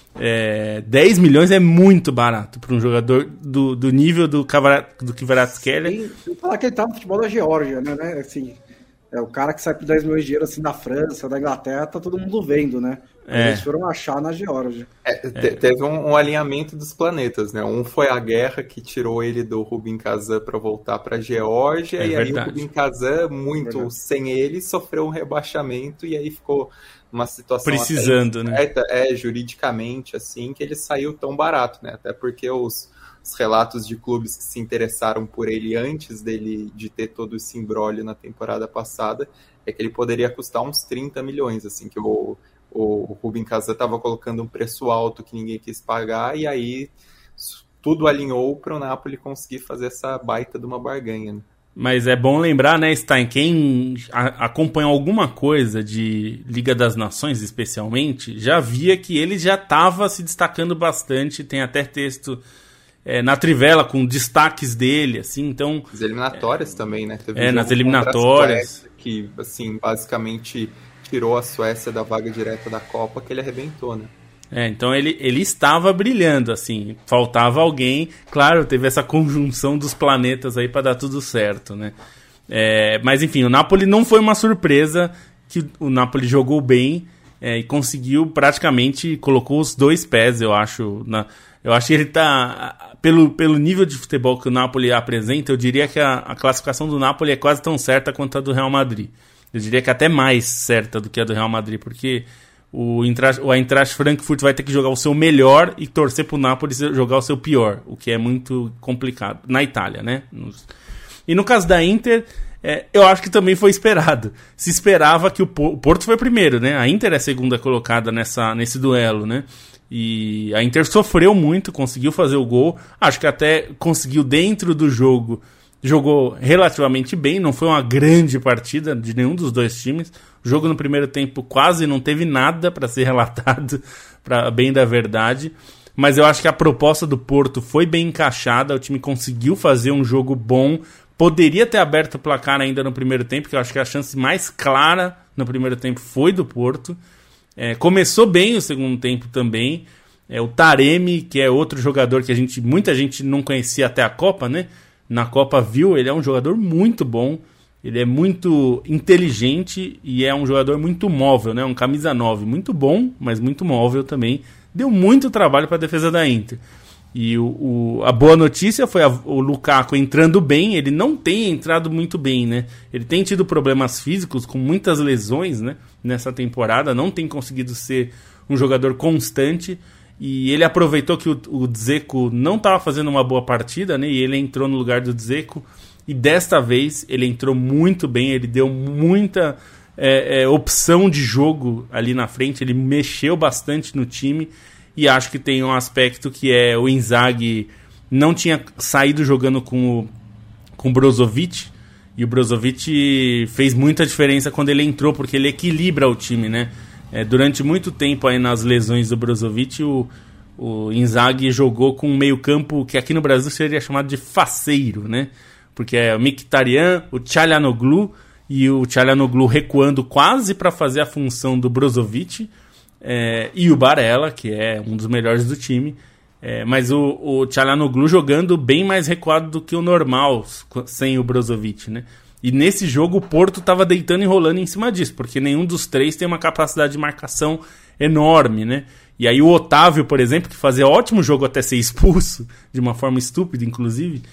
10 milhões é muito barato para um jogador do nível do Kvaratskhelia. Sem falar que ele tá no futebol da Geórgia, né? Assim, é o cara que sai por 10 milhões de euros assim, da França, da Inglaterra, tá todo mundo vendo, né? Eles foram achar na Geórgia. Teve um alinhamento dos planetas, né? Um foi a guerra que tirou ele do Rubin Kazan para voltar para a Geórgia, e aí o Rubin Kazan, sem ele, sofreu um rebaixamento, e aí ficou uma situação precisando, né? Juridicamente, assim, que ele saiu tão barato, né? Até porque os relatos de clubes que se interessaram por ele antes de ter todo esse imbróglio na temporada passada, é que ele poderia custar uns 30 milhões, assim, que o Rubin Kazan estava colocando um preço alto que ninguém quis pagar, e aí tudo alinhou para o Napoli conseguir fazer essa baita de uma barganha, né? Mas é bom lembrar, né, Stein, quem acompanhou alguma coisa de Liga das Nações, especialmente, já via que ele já estava se destacando bastante, tem até texto na Trivela com destaques dele, assim, então... As eliminatórias também, né? Teve nas eliminatórias. Que, assim, basicamente tirou a Suécia da vaga direta da Copa, que ele arrebentou, né? Então ele estava brilhando, assim, faltava alguém, claro, teve essa conjunção dos planetas aí para dar tudo certo, né? Mas enfim, o Napoli não foi uma surpresa, que o Napoli jogou bem e conseguiu praticamente, colocou os dois pés, eu acho, eu acho que ele tá, pelo nível de futebol que o Napoli apresenta, eu diria que a classificação do Napoli é quase tão certa quanto a do Real Madrid. Eu diria que até mais certa do que a do Real Madrid, porque o Eintracht Frankfurt vai ter que jogar o seu melhor e torcer pro Napoli jogar o seu pior, o que é muito complicado, na Itália, né? E no caso da Inter, eu acho que também foi esperado. Se esperava que o Porto foi primeiro, né? A Inter é segunda colocada nesse duelo, né? E a Inter sofreu muito, conseguiu fazer o gol, acho que até conseguiu dentro do jogo, jogou relativamente bem, não foi uma grande partida de nenhum dos dois times. O jogo no primeiro tempo quase não teve nada para ser relatado, para bem da verdade. Mas eu acho que a proposta do Porto foi bem encaixada, o time conseguiu fazer um jogo bom. Poderia ter aberto o placar ainda no primeiro tempo, porque eu acho que a chance mais clara no primeiro tempo foi do Porto. Começou bem o segundo tempo também. O Taremi, que é outro jogador que muita gente não conhecia até a Copa, né? Na Copa viu, ele é um jogador muito bom, ele é muito inteligente e é um jogador muito móvel, né? Um camisa 9 muito bom, mas muito móvel também. Deu muito trabalho para a defesa da Inter. E a boa notícia foi o Lukaku entrando bem. Ele não tem entrado muito bem, né? Ele tem tido problemas físicos, com muitas lesões, né? Nessa temporada, não tem conseguido ser um jogador constante. E ele aproveitou que o Dzeko não estava fazendo uma boa partida, né? E ele entrou no lugar do Dzeko. E desta vez ele entrou muito bem, ele deu muita opção de jogo ali na frente, ele mexeu bastante no time. E acho que tem um aspecto que o Inzaghi não tinha saído jogando com o Brozovic. E o Brozovic fez muita diferença quando ele entrou, porque ele equilibra o time, né? Durante muito tempo aí nas lesões do Brozovic, o Inzaghi jogou com um meio campo que aqui no Brasil seria chamado de faceiro, né? Porque é o Mkhitaryan, o Çalhanoğlu e o Çalhanoğlu recuando quase para fazer a função do Brozovic, e o Barella, que é um dos melhores do time, mas o Çalhanoğlu jogando bem mais recuado do que o normal sem o Brozovic, né? E nesse jogo o Porto estava deitando e rolando em cima disso, porque nenhum dos três tem uma capacidade de marcação enorme, né? E aí o Otávio, por exemplo, que fazia ótimo jogo até ser expulso, de uma forma estúpida, inclusive,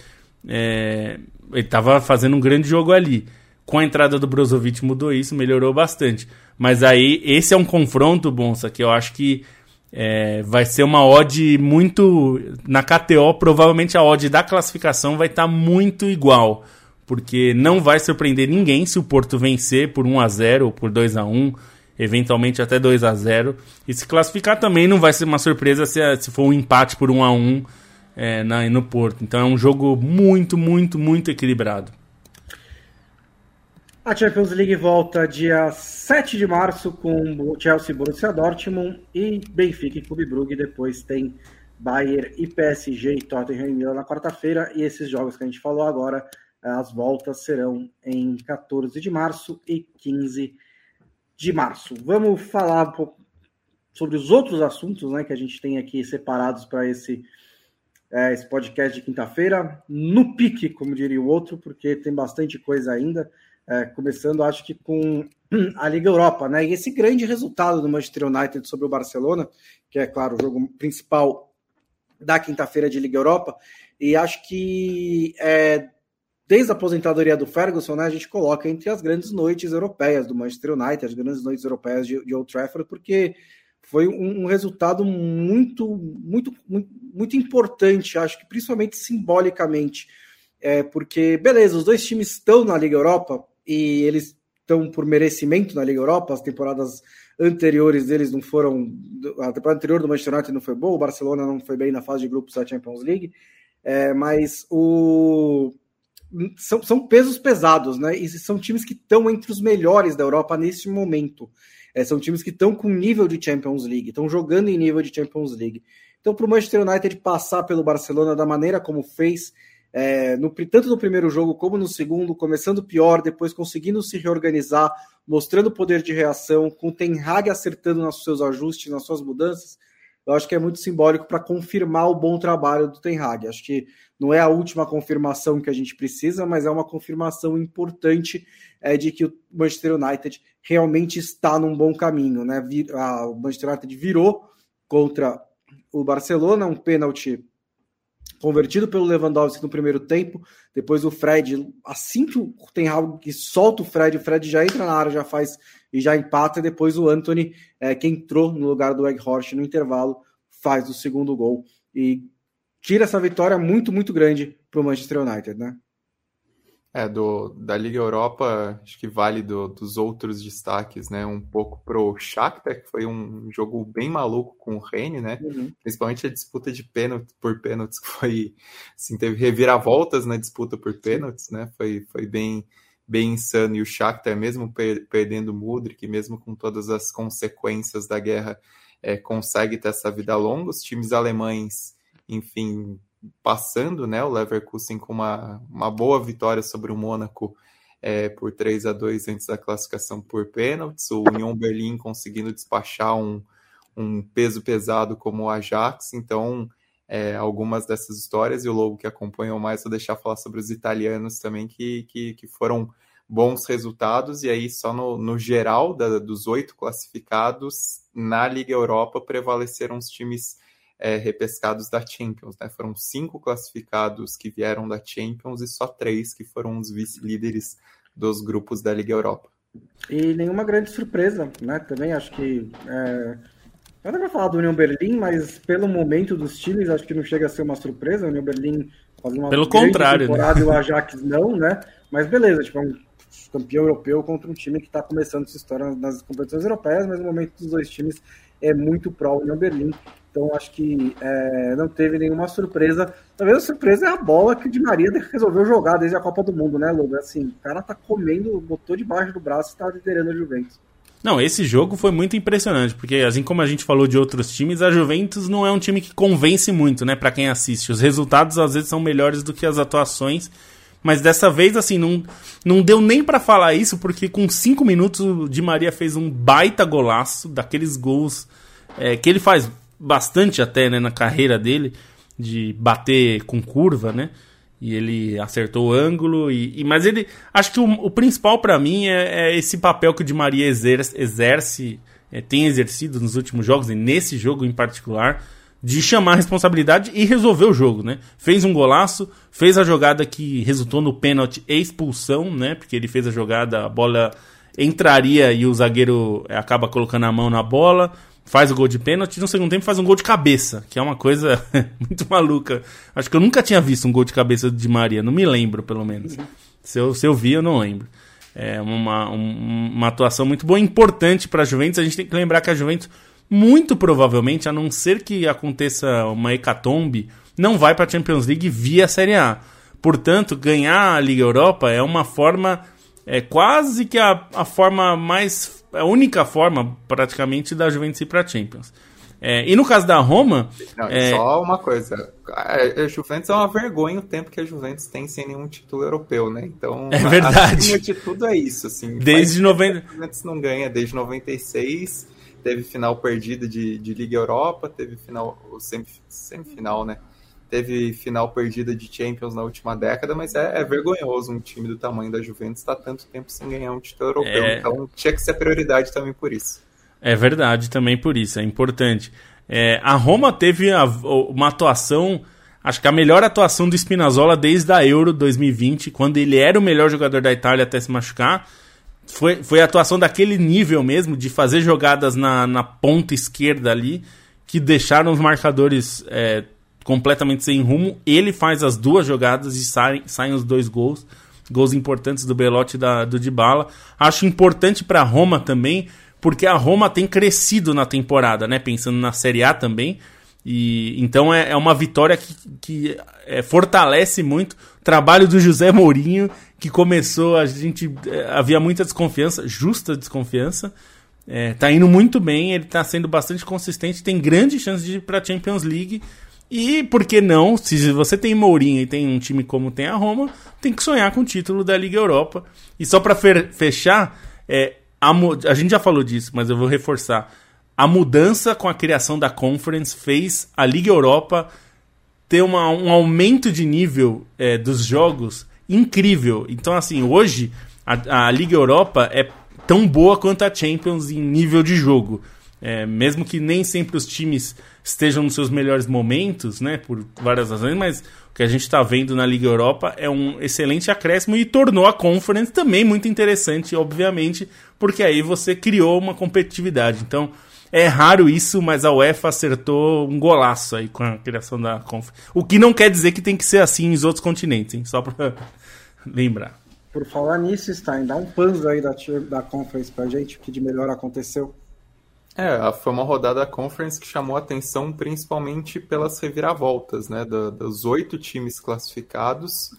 ele estava fazendo um grande jogo ali. Com a entrada do Brozovic mudou isso, melhorou bastante. Mas aí esse é um confronto, Bonsa, que eu acho que vai ser uma odd muito... Na KTO, provavelmente a odd da classificação vai estar muito igual, porque não vai surpreender ninguém se o Porto vencer por 1-0 ou por 2-1, eventualmente até 2-0. E se classificar também não vai ser uma surpresa se for um empate por 1-1 no Porto. Então é um jogo muito, muito, muito equilibrado. A Champions League volta dia 7 de março com Chelsea, Borussia Dortmund e Benfica e Clube Brugge. Depois tem Bayern e PSG e Tottenham e Milan na quarta-feira. E esses jogos que a gente falou agora, as voltas serão em 14 de março e 15 de março. Vamos falar um pouco sobre os outros assuntos, né, que a gente tem aqui separados para esse podcast de quinta-feira. No pique, como diria o outro, porque tem bastante coisa ainda. Começando, acho que com a Liga Europa, né? E esse grande resultado do Manchester United sobre o Barcelona, que é, claro, o jogo principal da quinta-feira de Liga Europa, e acho que desde a aposentadoria do Ferguson, né, a gente coloca entre as grandes noites europeias do Manchester United, as grandes noites europeias de Old Trafford, porque foi um resultado muito, muito, muito, muito importante, acho que principalmente simbolicamente, porque, beleza, os dois times estão na Liga Europa, e eles estão por merecimento na Liga Europa. As temporadas anteriores deles não foram... A temporada anterior do Manchester United não foi boa, o Barcelona não foi bem na fase de grupos da Champions League, mas são pesos pesados, né? E são times que estão entre os melhores da Europa nesse momento. São times que estão com nível de Champions League, estão jogando em nível de Champions League. Então, para o Manchester United passar pelo Barcelona da maneira como fez... tanto no primeiro jogo como no segundo, começando pior, depois conseguindo se reorganizar, mostrando poder de reação, com o Ten Hag acertando nos seus ajustes, nas suas mudanças, eu acho que é muito simbólico para confirmar o bom trabalho do Ten Hag. Acho que não é a última confirmação que a gente precisa, mas é uma confirmação importante de que o Manchester United realmente está num bom caminho, né? O Manchester United virou contra o Barcelona, um pênalti convertido pelo Lewandowski no primeiro tempo, depois o Fred, assim que o Ten Hag solta o Fred já entra na área, já faz e já empata, e depois o Antony, que entrou no lugar do Weghorst no intervalo, faz o segundo gol e tira essa vitória muito, muito grande para o Manchester United, né? Da Liga Europa, acho que vale dos outros destaques, né? Um pouco pro Shakhtar, que foi um jogo bem maluco com o Rennes, né? Uhum. Principalmente a disputa de por pênaltis, que foi, assim, teve reviravoltas na disputa por pênaltis, né? Foi bem insano, e o Shakhtar, mesmo perdendo o Mudryk, mesmo com todas as consequências da guerra, consegue ter essa vida longa. Os times alemães, enfim, passando, né, o Leverkusen com uma boa vitória sobre o Mônaco por 3-2 antes da classificação por pênaltis, o Union Berlin conseguindo despachar um peso pesado como o Ajax. Então, algumas dessas histórias, e o Lobo que acompanhou mais, vou deixar falar sobre os italianos também, que foram bons resultados. E aí só no geral dos 8 classificados na Liga Europa prevaleceram os times repescados da Champions, né? Foram 5 classificados que vieram da Champions e só 3 que foram os vice-líderes dos grupos da Liga Europa. E nenhuma grande surpresa, né? Também acho que não dá pra falar do Union Berlin, mas pelo momento dos times, acho que não chega a ser uma surpresa. O Union Berlin faz uma pelo contrário, temporada, né? E o Ajax não, né? Mas beleza, tipo, é um campeão europeu contra um time que está começando sua história nas competições europeias, mas o momento dos dois times é muito pró Union Berlin. Então, acho que não teve nenhuma surpresa. Talvez a surpresa é a bola que o Di Maria resolveu jogar desde a Copa do Mundo, né, Lobo? Assim, o cara tá comendo, botou debaixo do braço e tá liderando a Juventus. Não, esse jogo foi muito impressionante, porque assim como a gente falou de outros times, a Juventus não é um time que convence muito, né, pra quem assiste. Os resultados às vezes são melhores do que as atuações, mas dessa vez, assim, não deu nem pra falar isso, porque com 5 minutos o Di Maria fez um baita golaço, daqueles gols que ele faz bastante até, né, na carreira dele, de bater com curva, né? E ele acertou o ângulo, mas ele... Acho que o principal pra mim é esse papel que o Di Maria exerce, tem exercido nos últimos jogos, e nesse jogo em particular, de chamar a responsabilidade e resolver o jogo, né? Fez um golaço, fez a jogada que resultou no pênalti e expulsão, né? Porque ele fez a jogada, a bola entraria e o zagueiro acaba colocando a mão na bola, faz o gol de pênalti, e no segundo tempo faz um gol de cabeça, que é uma coisa muito maluca. Acho que eu nunca tinha visto um gol de cabeça do Di Maria, não me lembro, pelo menos. Se eu vi, eu não lembro. É uma atuação muito boa, importante para a Juventus. A gente tem que lembrar que a Juventus, muito provavelmente, a não ser que aconteça uma hecatombe, não vai para a Champions League via Série A. Portanto, ganhar a Liga Europa é uma forma é quase que a única forma, praticamente, da Juventus ir para a Champions. E no caso da Roma... Não, só uma coisa. A Juventus é uma vergonha o tempo que a Juventus tem sem nenhum título europeu, né? Então, é verdade. Acima de tudo é isso. Assim, desde 90... A Juventus não ganha desde 96, teve final perdida de Liga Europa, teve semifinal, né? Teve final perdida de Champions na última década, mas é vergonhoso um time do tamanho da Juventus estar tanto tempo sem ganhar um título europeu. Então, tinha que ser prioridade também por isso. É verdade, também por isso, é importante. A Roma teve uma atuação, acho que a melhor atuação do Spinazzola desde a Euro 2020, quando ele era o melhor jogador da Itália até se machucar. Foi a atuação daquele nível mesmo, de fazer jogadas na ponta esquerda ali, que deixaram os marcadores completamente sem rumo. Ele faz as duas jogadas e saem os 2 gols importantes do Belotti e do Dybala. Acho importante para a Roma também, porque a Roma tem crescido na temporada, né? Pensando na Série A também. E então é uma vitória que fortalece muito o trabalho do José Mourinho, que começou, havia muita desconfiança, justa desconfiança. Tá indo muito bem, ele tá sendo bastante consistente, tem grande chance de ir para a Champions League. E por que não, se você tem Mourinho e tem um time como tem a Roma, tem que sonhar com o título da Liga Europa. E só para fechar... A gente já falou disso, mas eu vou reforçar. A mudança com a criação da Conference fez a Liga Europa ter um aumento de nível dos jogos incrível. Então, assim, hoje a Liga Europa é tão boa quanto a Champions em nível de jogo. Mesmo que nem sempre os times estejam nos seus melhores momentos, né, por várias razões, mas o que a gente está vendo na Liga Europa é um excelente acréscimo e tornou a Conference também muito interessante, obviamente, porque aí você criou uma competitividade. Então, é raro isso, mas a UEFA acertou um golaço aí com a criação da Conference. O que não quer dizer que tem que ser assim nos outros continentes, hein? Só para lembrar. Por falar nisso, Stein, dá um panzo aí da Conference pra gente, o que de melhor aconteceu. Foi uma rodada da Conference que chamou a atenção principalmente pelas reviravoltas, né? Dos 8 times classificados,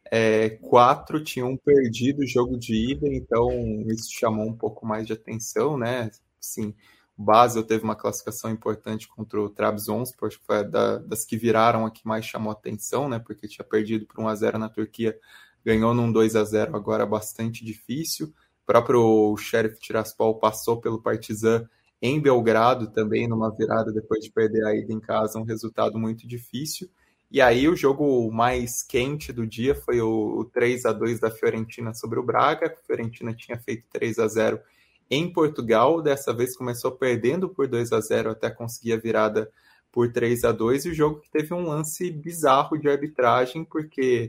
4 tinham perdido o jogo de ida, então isso chamou um pouco mais de atenção, né? Sim, o Basel teve uma classificação importante contra o Trabzonspor, acho que foi das que viraram a que mais chamou a atenção, né? Porque tinha perdido por 1-0 na Turquia, ganhou num 2-0, agora bastante difícil. O próprio Sheriff Tiraspol passou pelo Partizan em Belgrado também, numa virada depois de perder a ida em casa, um resultado muito difícil. E aí o jogo mais quente do dia foi o 3-2 da Fiorentina sobre o Braga. A Fiorentina tinha feito 3-0 em Portugal, dessa vez começou perdendo por 2-0 até conseguir a virada por 3-2, e o jogo que teve um lance bizarro de arbitragem, porque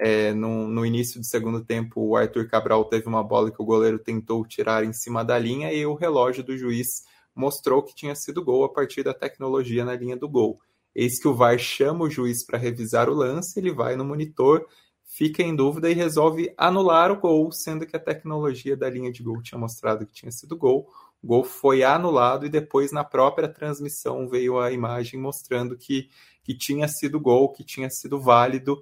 no início do segundo tempo o Arthur Cabral teve uma bola que o goleiro tentou tirar em cima da linha e o relógio do juiz mostrou que tinha sido gol a partir da tecnologia na linha do gol. Eis que o VAR chama o juiz para revisar o lance, ele vai no monitor, fica em dúvida e resolve anular o gol, sendo que a tecnologia da linha de gol tinha mostrado que tinha sido gol. O gol foi anulado e depois na própria transmissão veio a imagem mostrando que tinha sido gol, que tinha sido válido.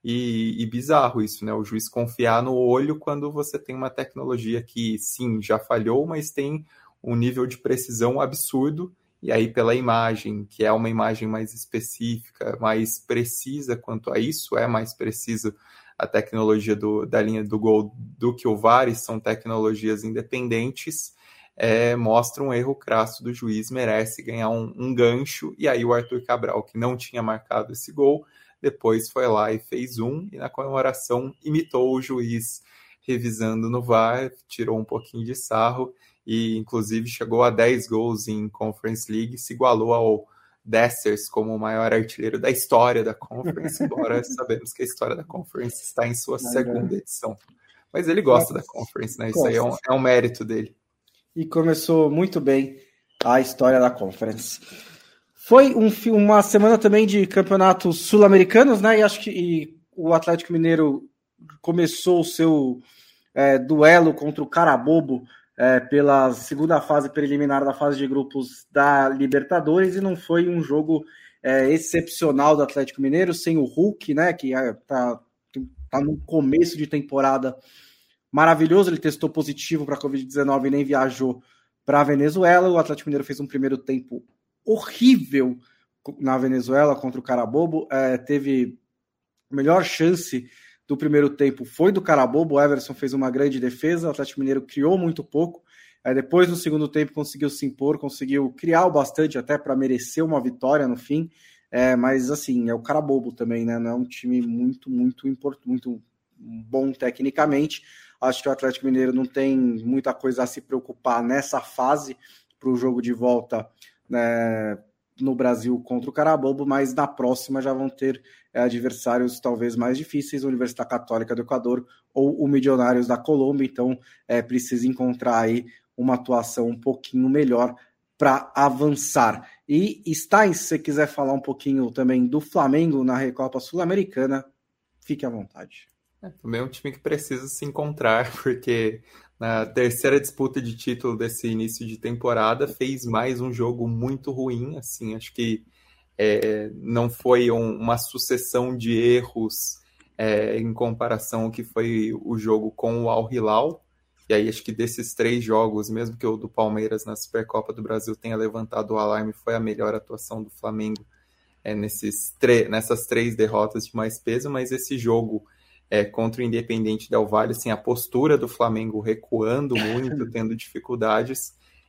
E bizarro isso, né? O juiz confiar no olho quando você tem uma tecnologia que, sim, já falhou, mas tem um nível de precisão absurdo. E aí, pela imagem, que é uma imagem mais específica, mais precisa quanto a isso, é mais preciso a tecnologia da linha do gol do que o VAR, e são tecnologias independentes, mostra um erro crasso do juiz, merece ganhar um gancho. E aí o Arthur Cabral, que não tinha marcado esse gol, depois foi lá e fez e na comemoração imitou o juiz revisando no VAR, tirou um pouquinho de sarro e inclusive chegou a 10 gols em Conference League, se igualou ao Dessers como o maior artilheiro da história da Conference, embora sabemos que a história da Conference está em sua segunda edição. Mas ele gosta da Conference, né? Isso aí é um mérito dele. E começou muito bem a história da Conference. Foi uma semana também de campeonatos sul-americanos, né? E acho que o Atlético Mineiro começou o seu duelo contra o Carabobo pela segunda fase preliminar da fase de grupos da Libertadores, e não foi um jogo excepcional do Atlético Mineiro, sem o Hulk, né? Que tá no começo de temporada maravilhoso, ele testou positivo para a Covid-19 e nem viajou para a Venezuela. O Atlético Mineiro fez um primeiro tempo horrível na Venezuela contra o Carabobo, teve a melhor chance do primeiro tempo foi do Carabobo, o Everson fez uma grande defesa, o Atlético Mineiro criou muito pouco, depois no segundo tempo conseguiu se impor, conseguiu criar o bastante até para merecer uma vitória no fim, mas assim, é o Carabobo também, né? Não é um time muito bom tecnicamente. Acho que o Atlético Mineiro não tem muita coisa a se preocupar nessa fase para o jogo de volta, né, no Brasil contra o Carabobo, mas na próxima já vão ter adversários talvez mais difíceis, a Universidade Católica do Equador ou o Milionários da Colômbia, então precisa encontrar aí uma atuação um pouquinho melhor para avançar. E Stein, se você quiser falar um pouquinho também do Flamengo na Recopa Sul-Americana, fique à vontade. Também é um time que precisa se encontrar, porque na terceira disputa de título desse início de temporada fez mais um jogo muito ruim, assim, acho que não foi uma sucessão de erros em comparação ao que foi o jogo com o Al Hilal, e aí acho que desses 3 jogos, mesmo que o do Palmeiras na Supercopa do Brasil tenha levantado o alarme, foi a melhor atuação do Flamengo nessas 3 derrotas de mais peso, mas esse jogo contra o Independiente Del Valle, assim, a postura do Flamengo recuando muito, tendo dificuldades,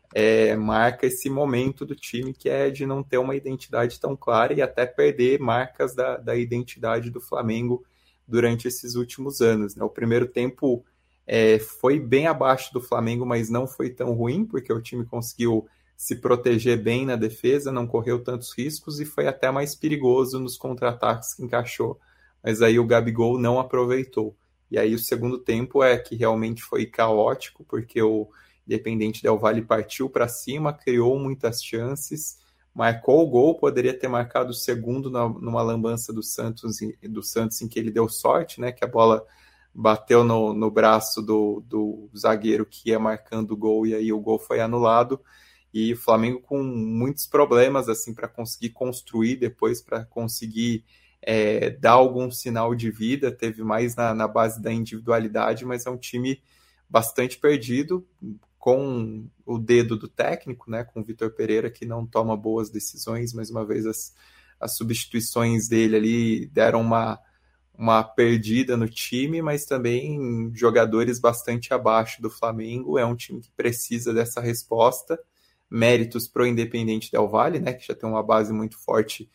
marca esse momento do time que é de não ter uma identidade tão clara e até perder marcas da identidade do Flamengo durante esses últimos anos, né? O primeiro tempo foi bem abaixo do Flamengo, mas não foi tão ruim, porque o time conseguiu se proteger bem na defesa, não correu tantos riscos e foi até mais perigoso nos contra-ataques que encaixou. Mas aí o Gabigol não aproveitou. E aí o segundo tempo que realmente foi caótico, porque o Independiente Del Valle partiu para cima, criou muitas chances, marcou o gol, poderia ter marcado o segundo numa lambança do Santos em que ele deu sorte, né, que a bola bateu no braço do zagueiro que ia marcando o gol, e aí o gol foi anulado. E o Flamengo com muitos problemas assim, para conseguir construir depois, para conseguir dar algum sinal de vida, teve mais na base da individualidade, mas é um time bastante perdido, com o dedo do técnico, né, com o Vitor Pereira, que não toma boas decisões. Mais uma vez as substituições dele ali deram uma perdida no time, mas também jogadores bastante abaixo do Flamengo. É um time que precisa dessa resposta. Méritos para o Independiente Del Valle, né, que já tem uma base muito forte,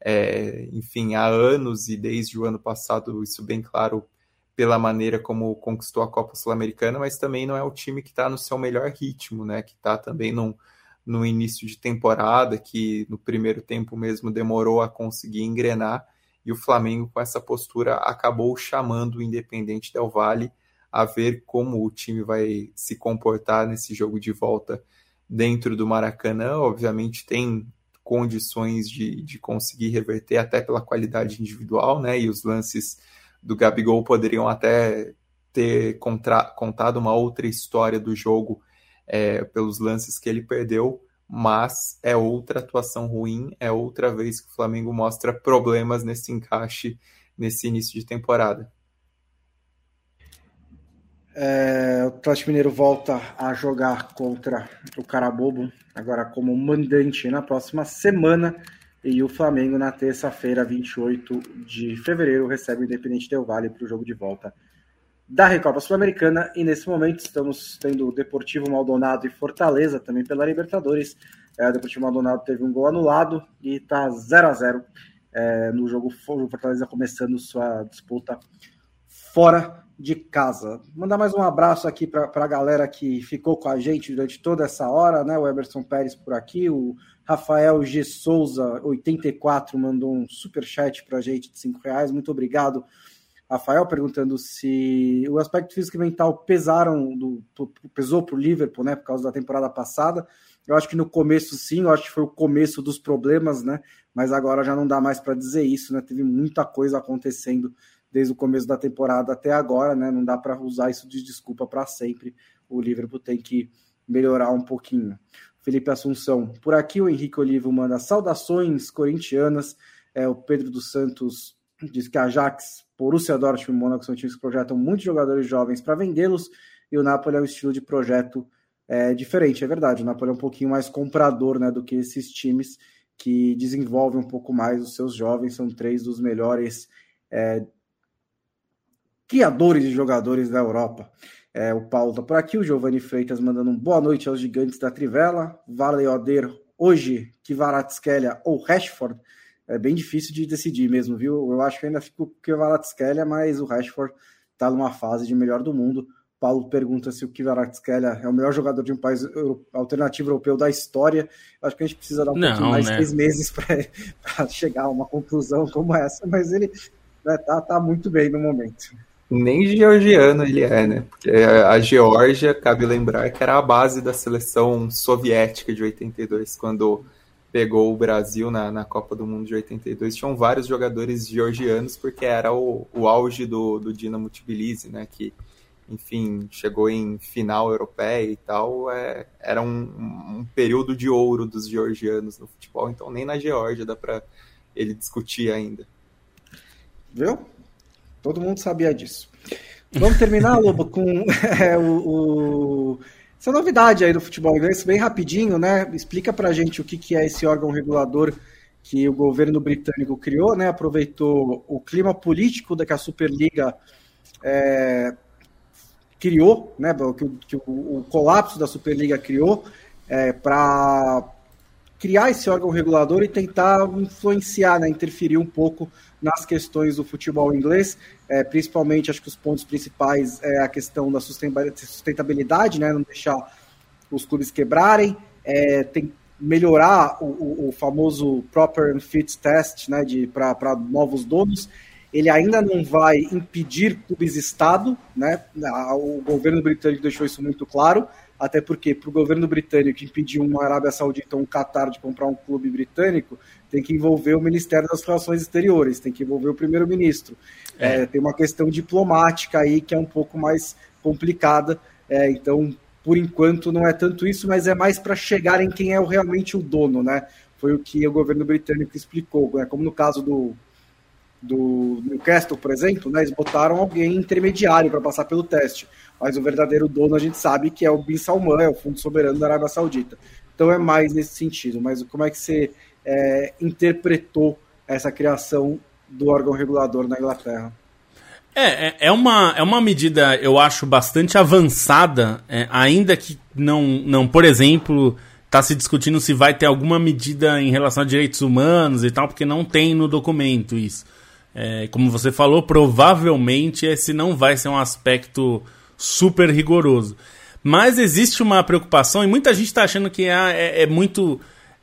enfim, há anos, e desde o ano passado, isso bem claro pela maneira como conquistou a Copa Sul-Americana, mas também não é o time que está no seu melhor ritmo, né, que está também no início de temporada, que no primeiro tempo mesmo demorou a conseguir engrenar, e o Flamengo com essa postura acabou chamando o Independiente Del Valle a ver como o time vai se comportar nesse jogo de volta dentro do Maracanã. Obviamente tem condições de conseguir reverter até pela qualidade individual, né? E os lances do Gabigol poderiam até ter contado uma outra história do jogo pelos lances que ele perdeu, mas é outra atuação ruim, é outra vez que o Flamengo mostra problemas nesse encaixe, nesse início de temporada. O Atlético Mineiro volta a jogar contra o Carabobo, agora como mandante na próxima semana, e o Flamengo na terça-feira, 28 de fevereiro, recebe o Independiente Del Valle para o jogo de volta da Recopa Sul-Americana, e nesse momento estamos tendo o Deportivo Maldonado e Fortaleza também pela Libertadores. O Deportivo Maldonado teve um gol anulado e está 0-0 no jogo. O Fortaleza começando sua disputa fora de casa. Mandar mais um abraço aqui para a galera que ficou com a gente durante toda essa hora, né? O Emerson Pérez por aqui, o Rafael G. Souza, 84, mandou um superchat para a gente de R$5. Muito obrigado, Rafael, perguntando se o aspecto físico e mental pesou para o Liverpool, né? Por causa da temporada passada. Eu acho que no começo sim, eu acho que foi o começo dos problemas, né? Mas agora já não dá mais para dizer isso, né? Teve muita coisa acontecendo desde o começo da temporada até agora, né? Não dá para usar isso de desculpa para sempre. O Liverpool tem que melhorar um pouquinho. Felipe Assunção, por aqui o Henrique Olivo manda saudações corintianas. O Pedro dos Santos diz que a Ajax, Borussia Dortmund e Mônaco são times que projetam muitos jogadores jovens para vendê-los, e o Napoli é um estilo de projeto diferente, é verdade. O Napoli é um pouquinho mais comprador, né, do que esses times que desenvolvem um pouco mais os seus jovens. São 3 dos melhores criadores de jogadores da Europa. O Paulo tá por aqui, o Giovanni Freitas mandando um boa noite aos gigantes da Trivela. Vale Oder, hoje, Kvaratskhelia ou Rashford? É bem difícil de decidir mesmo, viu? Eu acho que ainda fico com o Kvaratskhelia, mas o Rashford tá numa fase de melhor do mundo. Paulo pergunta se o Kvaratskhelia é o melhor jogador de um país alternativo europeu da história. Acho que a gente precisa dar pouquinho mais de 6 meses para chegar a uma conclusão como essa, mas ele tá muito bem no momento. Nem georgiano ele é, né? Porque a Geórgia, cabe lembrar, que era a base da seleção soviética de 82, quando pegou o Brasil na Copa do Mundo de 82. Tinham vários jogadores georgianos, porque era o auge do Dinamo Tbilisi, né? Que, enfim, chegou em final europeia e tal. Era um período de ouro dos georgianos no futebol, então nem na Geórgia dá para ele discutir ainda. Viu? Todo mundo sabia disso. Vamos terminar, Lobo, com essa novidade aí do futebol inglês, bem rapidinho, né? Explica pra gente o que é esse órgão regulador que o governo britânico criou, né? Aproveitou o clima político que a Superliga criou, né? Que o colapso da Superliga criou, para criar esse órgão regulador e tentar influenciar, né? Interferir um pouco nas questões do futebol inglês, principalmente, acho que os pontos principais é a questão da sustentabilidade, né, não deixar os clubes quebrarem, tem melhorar o famoso Proper and Fit Test, né, para novos donos. Ele ainda não vai impedir clubes-estado, né, o governo britânico deixou isso muito claro, até porque para o governo britânico impedir uma Arábia Saudita ou um Qatar de comprar um clube britânico, tem que envolver o Ministério das Relações Exteriores, tem que envolver o primeiro-ministro. Tem uma questão diplomática aí que é um pouco mais complicada, então, por enquanto, não é tanto isso, mas é mais para chegar em quem é realmente o dono, né? Foi o que o governo britânico explicou, né? Como no caso do Newcastle, por exemplo, né? Eles botaram alguém intermediário para passar pelo teste, mas o verdadeiro dono a gente sabe que é o Bin Salman, é o Fundo Soberano da Arábia Saudita. Então é mais nesse sentido. Mas como é que você interpretou essa criação do órgão regulador na Inglaterra? É uma medida, eu acho, bastante avançada, ainda que não, por exemplo, está se discutindo se vai ter alguma medida em relação a direitos humanos e tal, porque não tem no documento isso. Como você falou, provavelmente esse não vai ser um aspecto super rigoroso. Mas existe uma preocupação, e muita gente está achando que é muito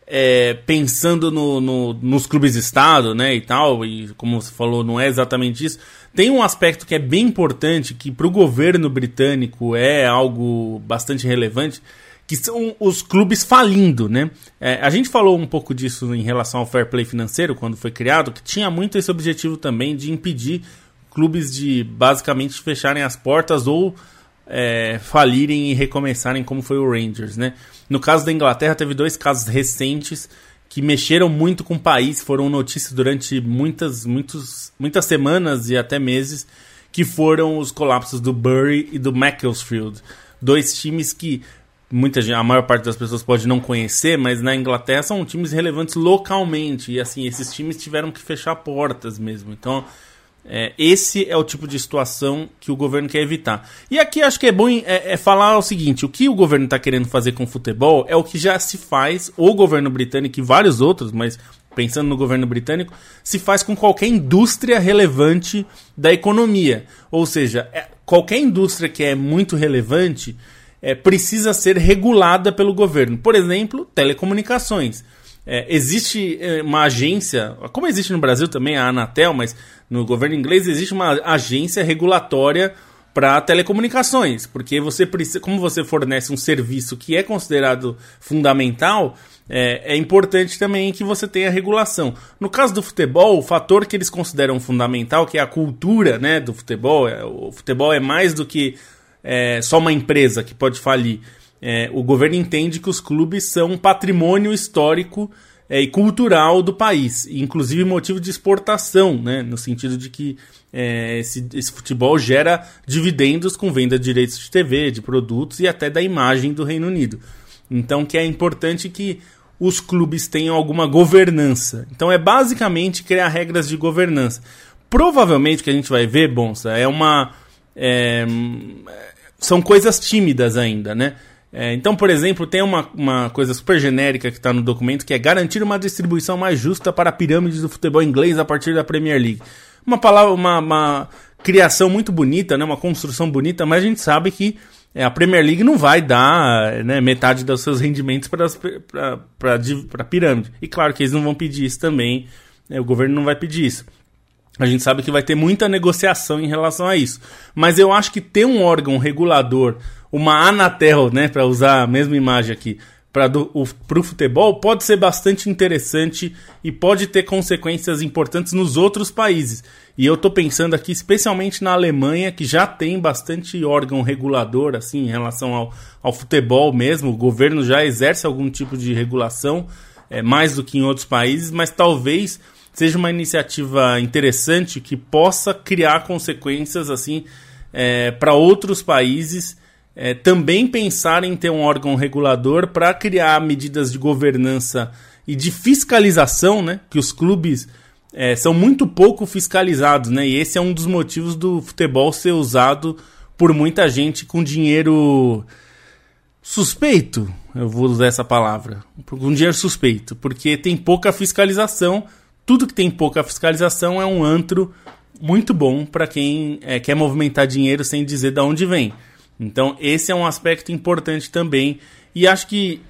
pensando nos clubes-estado, né, e tal, e como você falou, não é exatamente isso. Tem um aspecto que é bem importante, que para o governo britânico é algo bastante relevante, que são os clubes falindo, né? A gente falou um pouco disso em relação ao fair play financeiro, quando foi criado, que tinha muito esse objetivo também de impedir clubes de basicamente fecharem as portas ou falirem e recomeçarem, como foi o Rangers, né? No caso da Inglaterra, teve 2 casos recentes que mexeram muito com o país, foram notícias durante muitas semanas e até meses, que foram os colapsos do Bury e do Macclesfield. 2 times que a maior parte das pessoas pode não conhecer, mas na Inglaterra são times relevantes localmente, e assim, esses times tiveram que fechar portas mesmo. Então, esse é o tipo de situação que o governo quer evitar. E aqui acho que é bom falar o seguinte: o que o governo está querendo fazer com o futebol é o que já se faz, o governo britânico e vários outros, mas pensando no governo britânico, se faz com qualquer indústria relevante da economia. Ou seja, qualquer indústria que é muito relevante precisa ser regulada pelo governo. Por exemplo, telecomunicações. Existe uma agência, como existe no Brasil também, a Anatel, mas no governo inglês existe uma agência regulatória para telecomunicações, porque você precisa, como você fornece um serviço que é considerado fundamental, é importante também que você tenha regulação. No caso do futebol, o fator que eles consideram fundamental, que é a cultura, né, do futebol, o futebol é mais do que só uma empresa que pode falir. O governo entende que os clubes são um patrimônio histórico e cultural do país, inclusive motivo de exportação, né, no sentido de que esse futebol gera dividendos com venda de direitos de TV, de produtos e até da imagem do Reino Unido. Então que é importante que os clubes tenham alguma governança. Então é basicamente criar regras de governança. Provavelmente o que a gente vai ver, Bonsa, são coisas tímidas ainda, né? Então, por exemplo, tem uma coisa super genérica que está no documento, que é garantir uma distribuição mais justa para a pirâmide do futebol inglês a partir da Premier League. Uma criação muito bonita, né? Uma construção bonita, mas a gente sabe que a Premier League não vai dar, né, metade dos seus rendimentos para a pirâmide. E claro que eles não vão pedir isso também, né? O governo não vai pedir isso. A gente sabe que vai ter muita negociação em relação a isso. Mas eu acho que ter um órgão regulador, uma Anatel, né, para usar a mesma imagem aqui, para o futebol, pode ser bastante interessante e pode ter consequências importantes nos outros países. E eu estou pensando aqui especialmente na Alemanha, que já tem bastante órgão regulador assim, em relação ao futebol mesmo. O governo já exerce algum tipo de regulação, mais do que em outros países, mas talvez seja uma iniciativa interessante que possa criar consequências assim, para outros países. Também pensar em ter um órgão regulador para criar medidas de governança e de fiscalização, né? Que os clubes são muito pouco fiscalizados, né? E esse é um dos motivos do futebol ser usado por muita gente com dinheiro suspeito, eu vou usar essa palavra, com dinheiro suspeito, porque tem pouca fiscalização. Tudo que tem pouca fiscalização é um antro muito bom para quem quer movimentar dinheiro sem dizer de onde vem. Então esse é um aspecto importante também. E acho que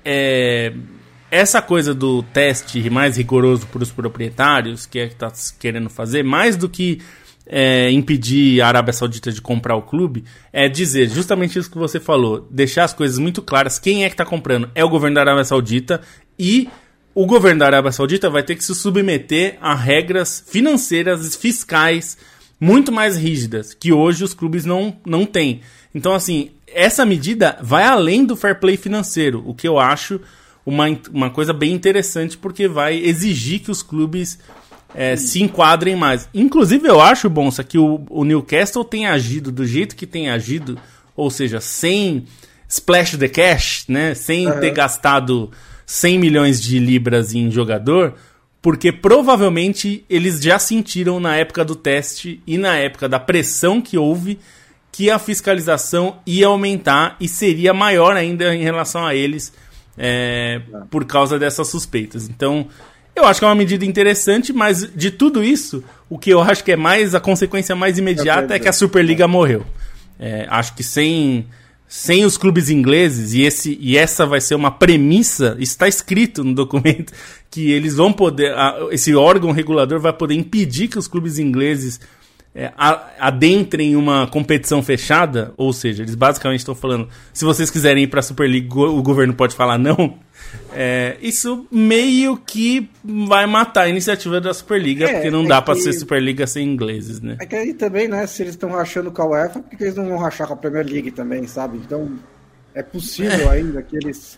essa coisa do teste mais rigoroso para os proprietários, que está querendo fazer, mais do que impedir a Arábia Saudita de comprar o clube, é dizer justamente isso que você falou, deixar as coisas muito claras. Quem é que está comprando? É o governo da Arábia Saudita, e o governo da Arábia Saudita vai ter que se submeter a regras financeiras e fiscais muito mais rígidas, que hoje os clubes não têm. Então, assim, essa medida vai além do fair play financeiro, o que eu acho uma coisa bem interessante, porque vai exigir que os clubes se enquadrem mais. Inclusive, eu acho, Bonsa, que o Newcastle tem agido do jeito que tem agido, ou seja, sem splash the cash, né? Sem ter gastado 100 milhões de libras em jogador, porque provavelmente eles já sentiram na época do teste e na época da pressão que houve que a fiscalização ia aumentar e seria maior ainda em relação a eles por causa dessas suspeitas. Então, eu acho que é uma medida interessante, mas de tudo isso, o que eu acho que é mais a consequência mais imediata é que a Superliga morreu. Acho que sem os clubes ingleses, e essa vai ser uma premissa, está escrito no documento, que eles vão poder, esse órgão regulador vai poder impedir que os clubes ingleses adentrem uma competição fechada, ou seja, eles basicamente estão falando, se vocês quiserem ir para a Superliga, o governo pode falar não. Isso meio que vai matar a iniciativa da Superliga, porque não dá para ser Superliga sem ingleses, né? É que aí também, né, se eles estão rachando com a UEFA, por que eles não vão rachar com a Premier League também, sabe? Então, é possível ainda que eles...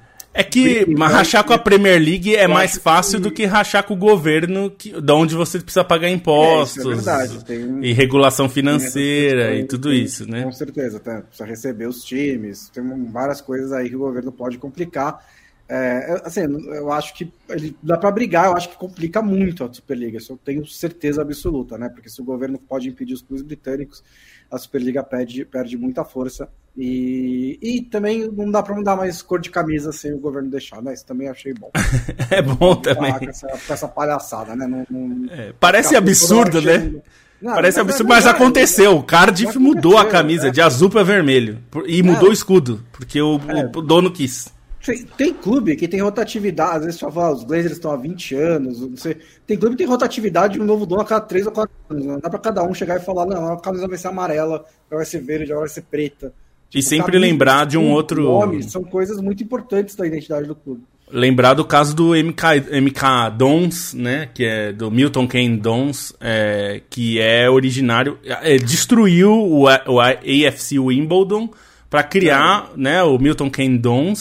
rachar com a Premier League é mais fácil do que rachar com o governo, de onde você precisa pagar impostos, e regulação financeira e tudo isso, né? Com certeza, precisa receber os times, tem várias coisas aí que o governo pode complicar. Assim, eu acho que ele dá para brigar, eu acho que complica muito a Superliga, isso eu tenho certeza absoluta, né? Porque se o governo pode impedir os clubes britânicos, a Superliga perde muita força. E também não dá para mudar mais cor de camisa sem o governo deixar, né? Isso também achei bom. É bom também. Com essa palhaçada, né? Parece absurdo, né? Parece absurdo, mas aconteceu. O Cardiff mudou a camisa de azul para vermelho. E mudou o escudo, porque o dono quis. Tem clube que tem rotatividade, às vezes você fala, os Glazers estão há 20 anos, não sei. Tem clube que tem rotatividade de um novo dono a cada 3 ou 4 anos. Não dá para cada um chegar e falar, não, a camisa vai ser amarela, vai ser verde, vai ser preta. E sempre lembrar de um outro... Nomes, são coisas muito importantes da identidade do clube. Lembrar do caso do MK Dons, né, que é do Milton Keynes Dons, que é originário... destruiu o AFC Wimbledon para criar, né, o Milton Keynes Dons,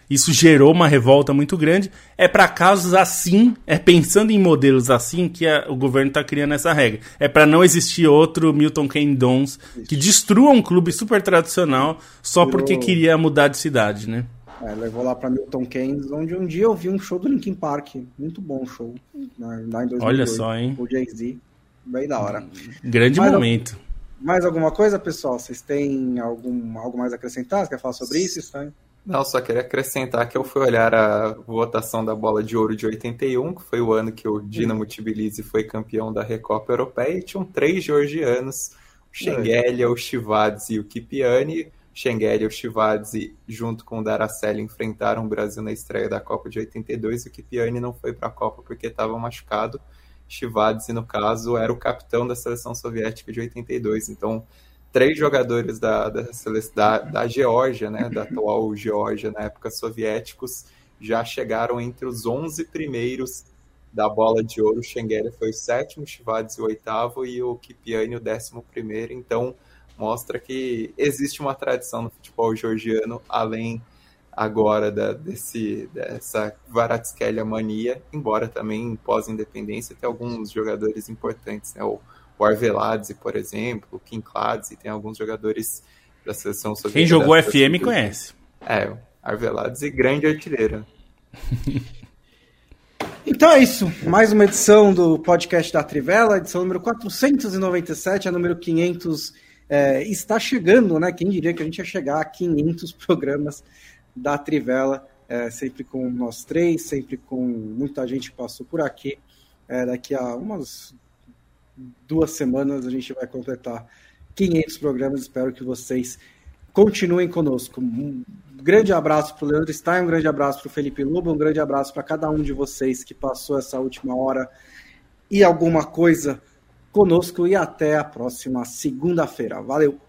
Isso gerou uma revolta muito grande. É para casos assim, é pensando em modelos assim que o governo está criando essa regra. É para não existir outro Milton Keynes Dons que destrua um clube super tradicional só porque queria mudar de cidade, né? Levou lá para Milton Keynes, onde um dia eu vi um show do Linkin Park. Muito bom show. Lá em 2002. Olha só, hein? O Jay-Z. Bem da hora. Grande momento. Mais alguma coisa, pessoal? Vocês têm algo mais a acrescentar? Você quer falar sobre isso, Stein? Não, só queria acrescentar que eu fui olhar a votação da Bola de Ouro de 81, que foi o ano que o Dinamo Tbilisi foi campeão da Recopa Europeia, e tinham 3 georgianos, o Shengelia, o Shivadze e o Kipiani. Shengelia e o Shivadze, junto com o Daraceli, enfrentaram o Brasil na estreia da Copa de 82, e o Kipiani não foi para a Copa porque estava machucado. Shivadze, no caso, era o capitão da seleção soviética de 82, então 3 jogadores da Geórgia, né, da atual Geórgia, na época soviéticos, já chegaram entre os 11 primeiros da Bola de Ouro. O Shengelia foi o 7º, o Shivadze o 8º e o Kipiani o 11º, então mostra que existe uma tradição no futebol georgiano, além agora dessa Kvaratskhelia mania, embora também pós-independência tem alguns jogadores importantes, né, o Arveladze, por exemplo, o Kinkladze, tem alguns jogadores da seleção soviética. Quem jogou FM conhece. O Arveladze, grande artilheiro. Então é isso, mais uma edição do podcast da Trivela, edição número 497, a número 500 está chegando, né? Quem diria que a gente ia chegar a 500 programas da Trivela, sempre com nós 3, sempre com muita gente que passou por aqui. Daqui a umas 2 semanas a gente vai completar 500 programas, espero que vocês continuem conosco. Um grande abraço para o Leandro Stein, um grande abraço para o Felipe Lobo, um grande abraço para cada um de vocês que passou essa última hora e alguma coisa conosco, e até a próxima segunda-feira. Valeu!